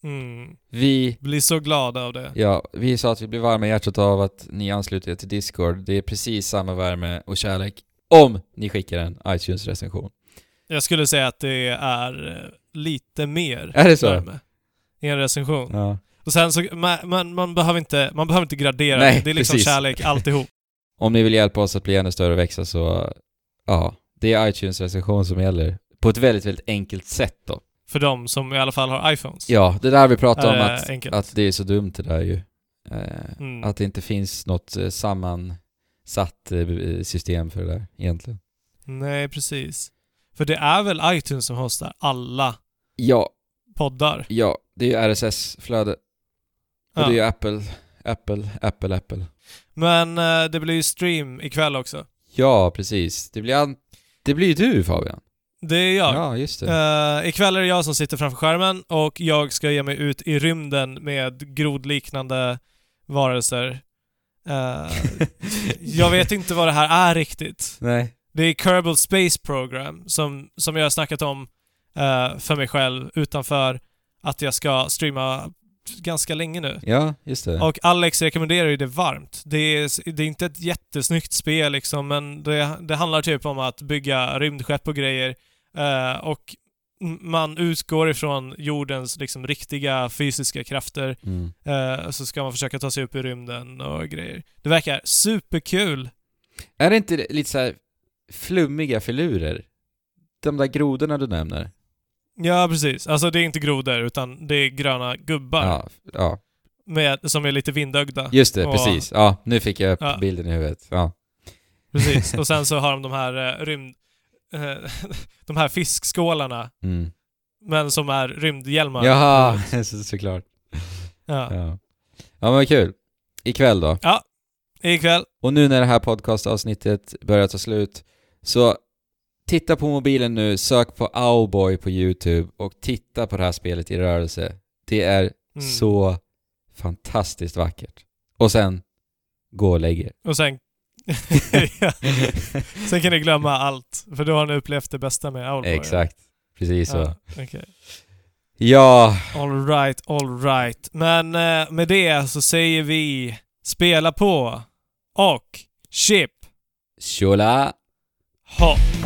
Vi blir så glada av det. Ja, vi sa att vi blir varma i hjärtat av att ni ansluter er till Discord. Det är precis samma värme och kärlek om ni skickar en iTunes-recension. Jag skulle säga att det är lite mer är det så? Värme i en recension. Ja. Och sen så man behöver inte gradera. Nej, det är liksom precis. kärlek alltihop. Om ni vill hjälpa oss att bli ännu större och växa så ja, det är iTunes-recension som gäller. På ett väldigt, väldigt enkelt sätt då. För de som i alla fall har iPhones. Ja, det där vi pratar om att det är så dumt det där ju. Att det inte finns något sammansatt system för det där egentligen. Nej, precis. För det är väl iTunes som hostar alla poddar? Ja, det är ju RSS-flöde. Och det är ju Apple. Men det blir ju stream ikväll också. Ja, precis. Det blir ju du, Fabian. Det är jag. Ja, just det. Ikväll är det jag som sitter framför skärmen och jag ska ge mig ut i rymden med grodliknande varelser. Jag vet inte vad det här är riktigt. Nej. Det är Kerbal Space Program som jag har snackat om för mig själv utanför att jag ska streama ganska länge nu. Ja, just det. Och Alex rekommenderar ju det varmt. Det är inte ett jättesnyggt spel liksom, men det handlar typ om att bygga rymdskepp och grejer. Och man utgår ifrån jordens liksom riktiga fysiska krafter. Så ska man försöka ta sig upp i rymden och grejer. Det verkar superkul. Är det inte lite så här flummiga filurer? De där grodorna du nämner. Ja, precis. Alltså det är inte grodor utan det är gröna gubbar. Ja. Som är lite vindögda. Just det, precis. Ja, nu fick jag upp bilden i huvudet. Ja. Precis. Och sen så har de här de här fiskskålarna. Men som är rymdhjälmar. Jaha, såklart. Ja, men vad kul. Ikväll då? Ja, ikväll. Och nu när det här podcastavsnittet börjar ta slut, så titta på mobilen nu, sök på Owlboy på YouTube och titta på det här spelet i rörelse. Det är så fantastiskt vackert. Och sen gå och lägg er. Och sen sen kan ni glömma allt, för då har ni upplevt det bästa med Owlboy. Exakt, precis så. Okay. Ja. All right. Men med det så säger vi spela på och chip. Tjola. Hopp.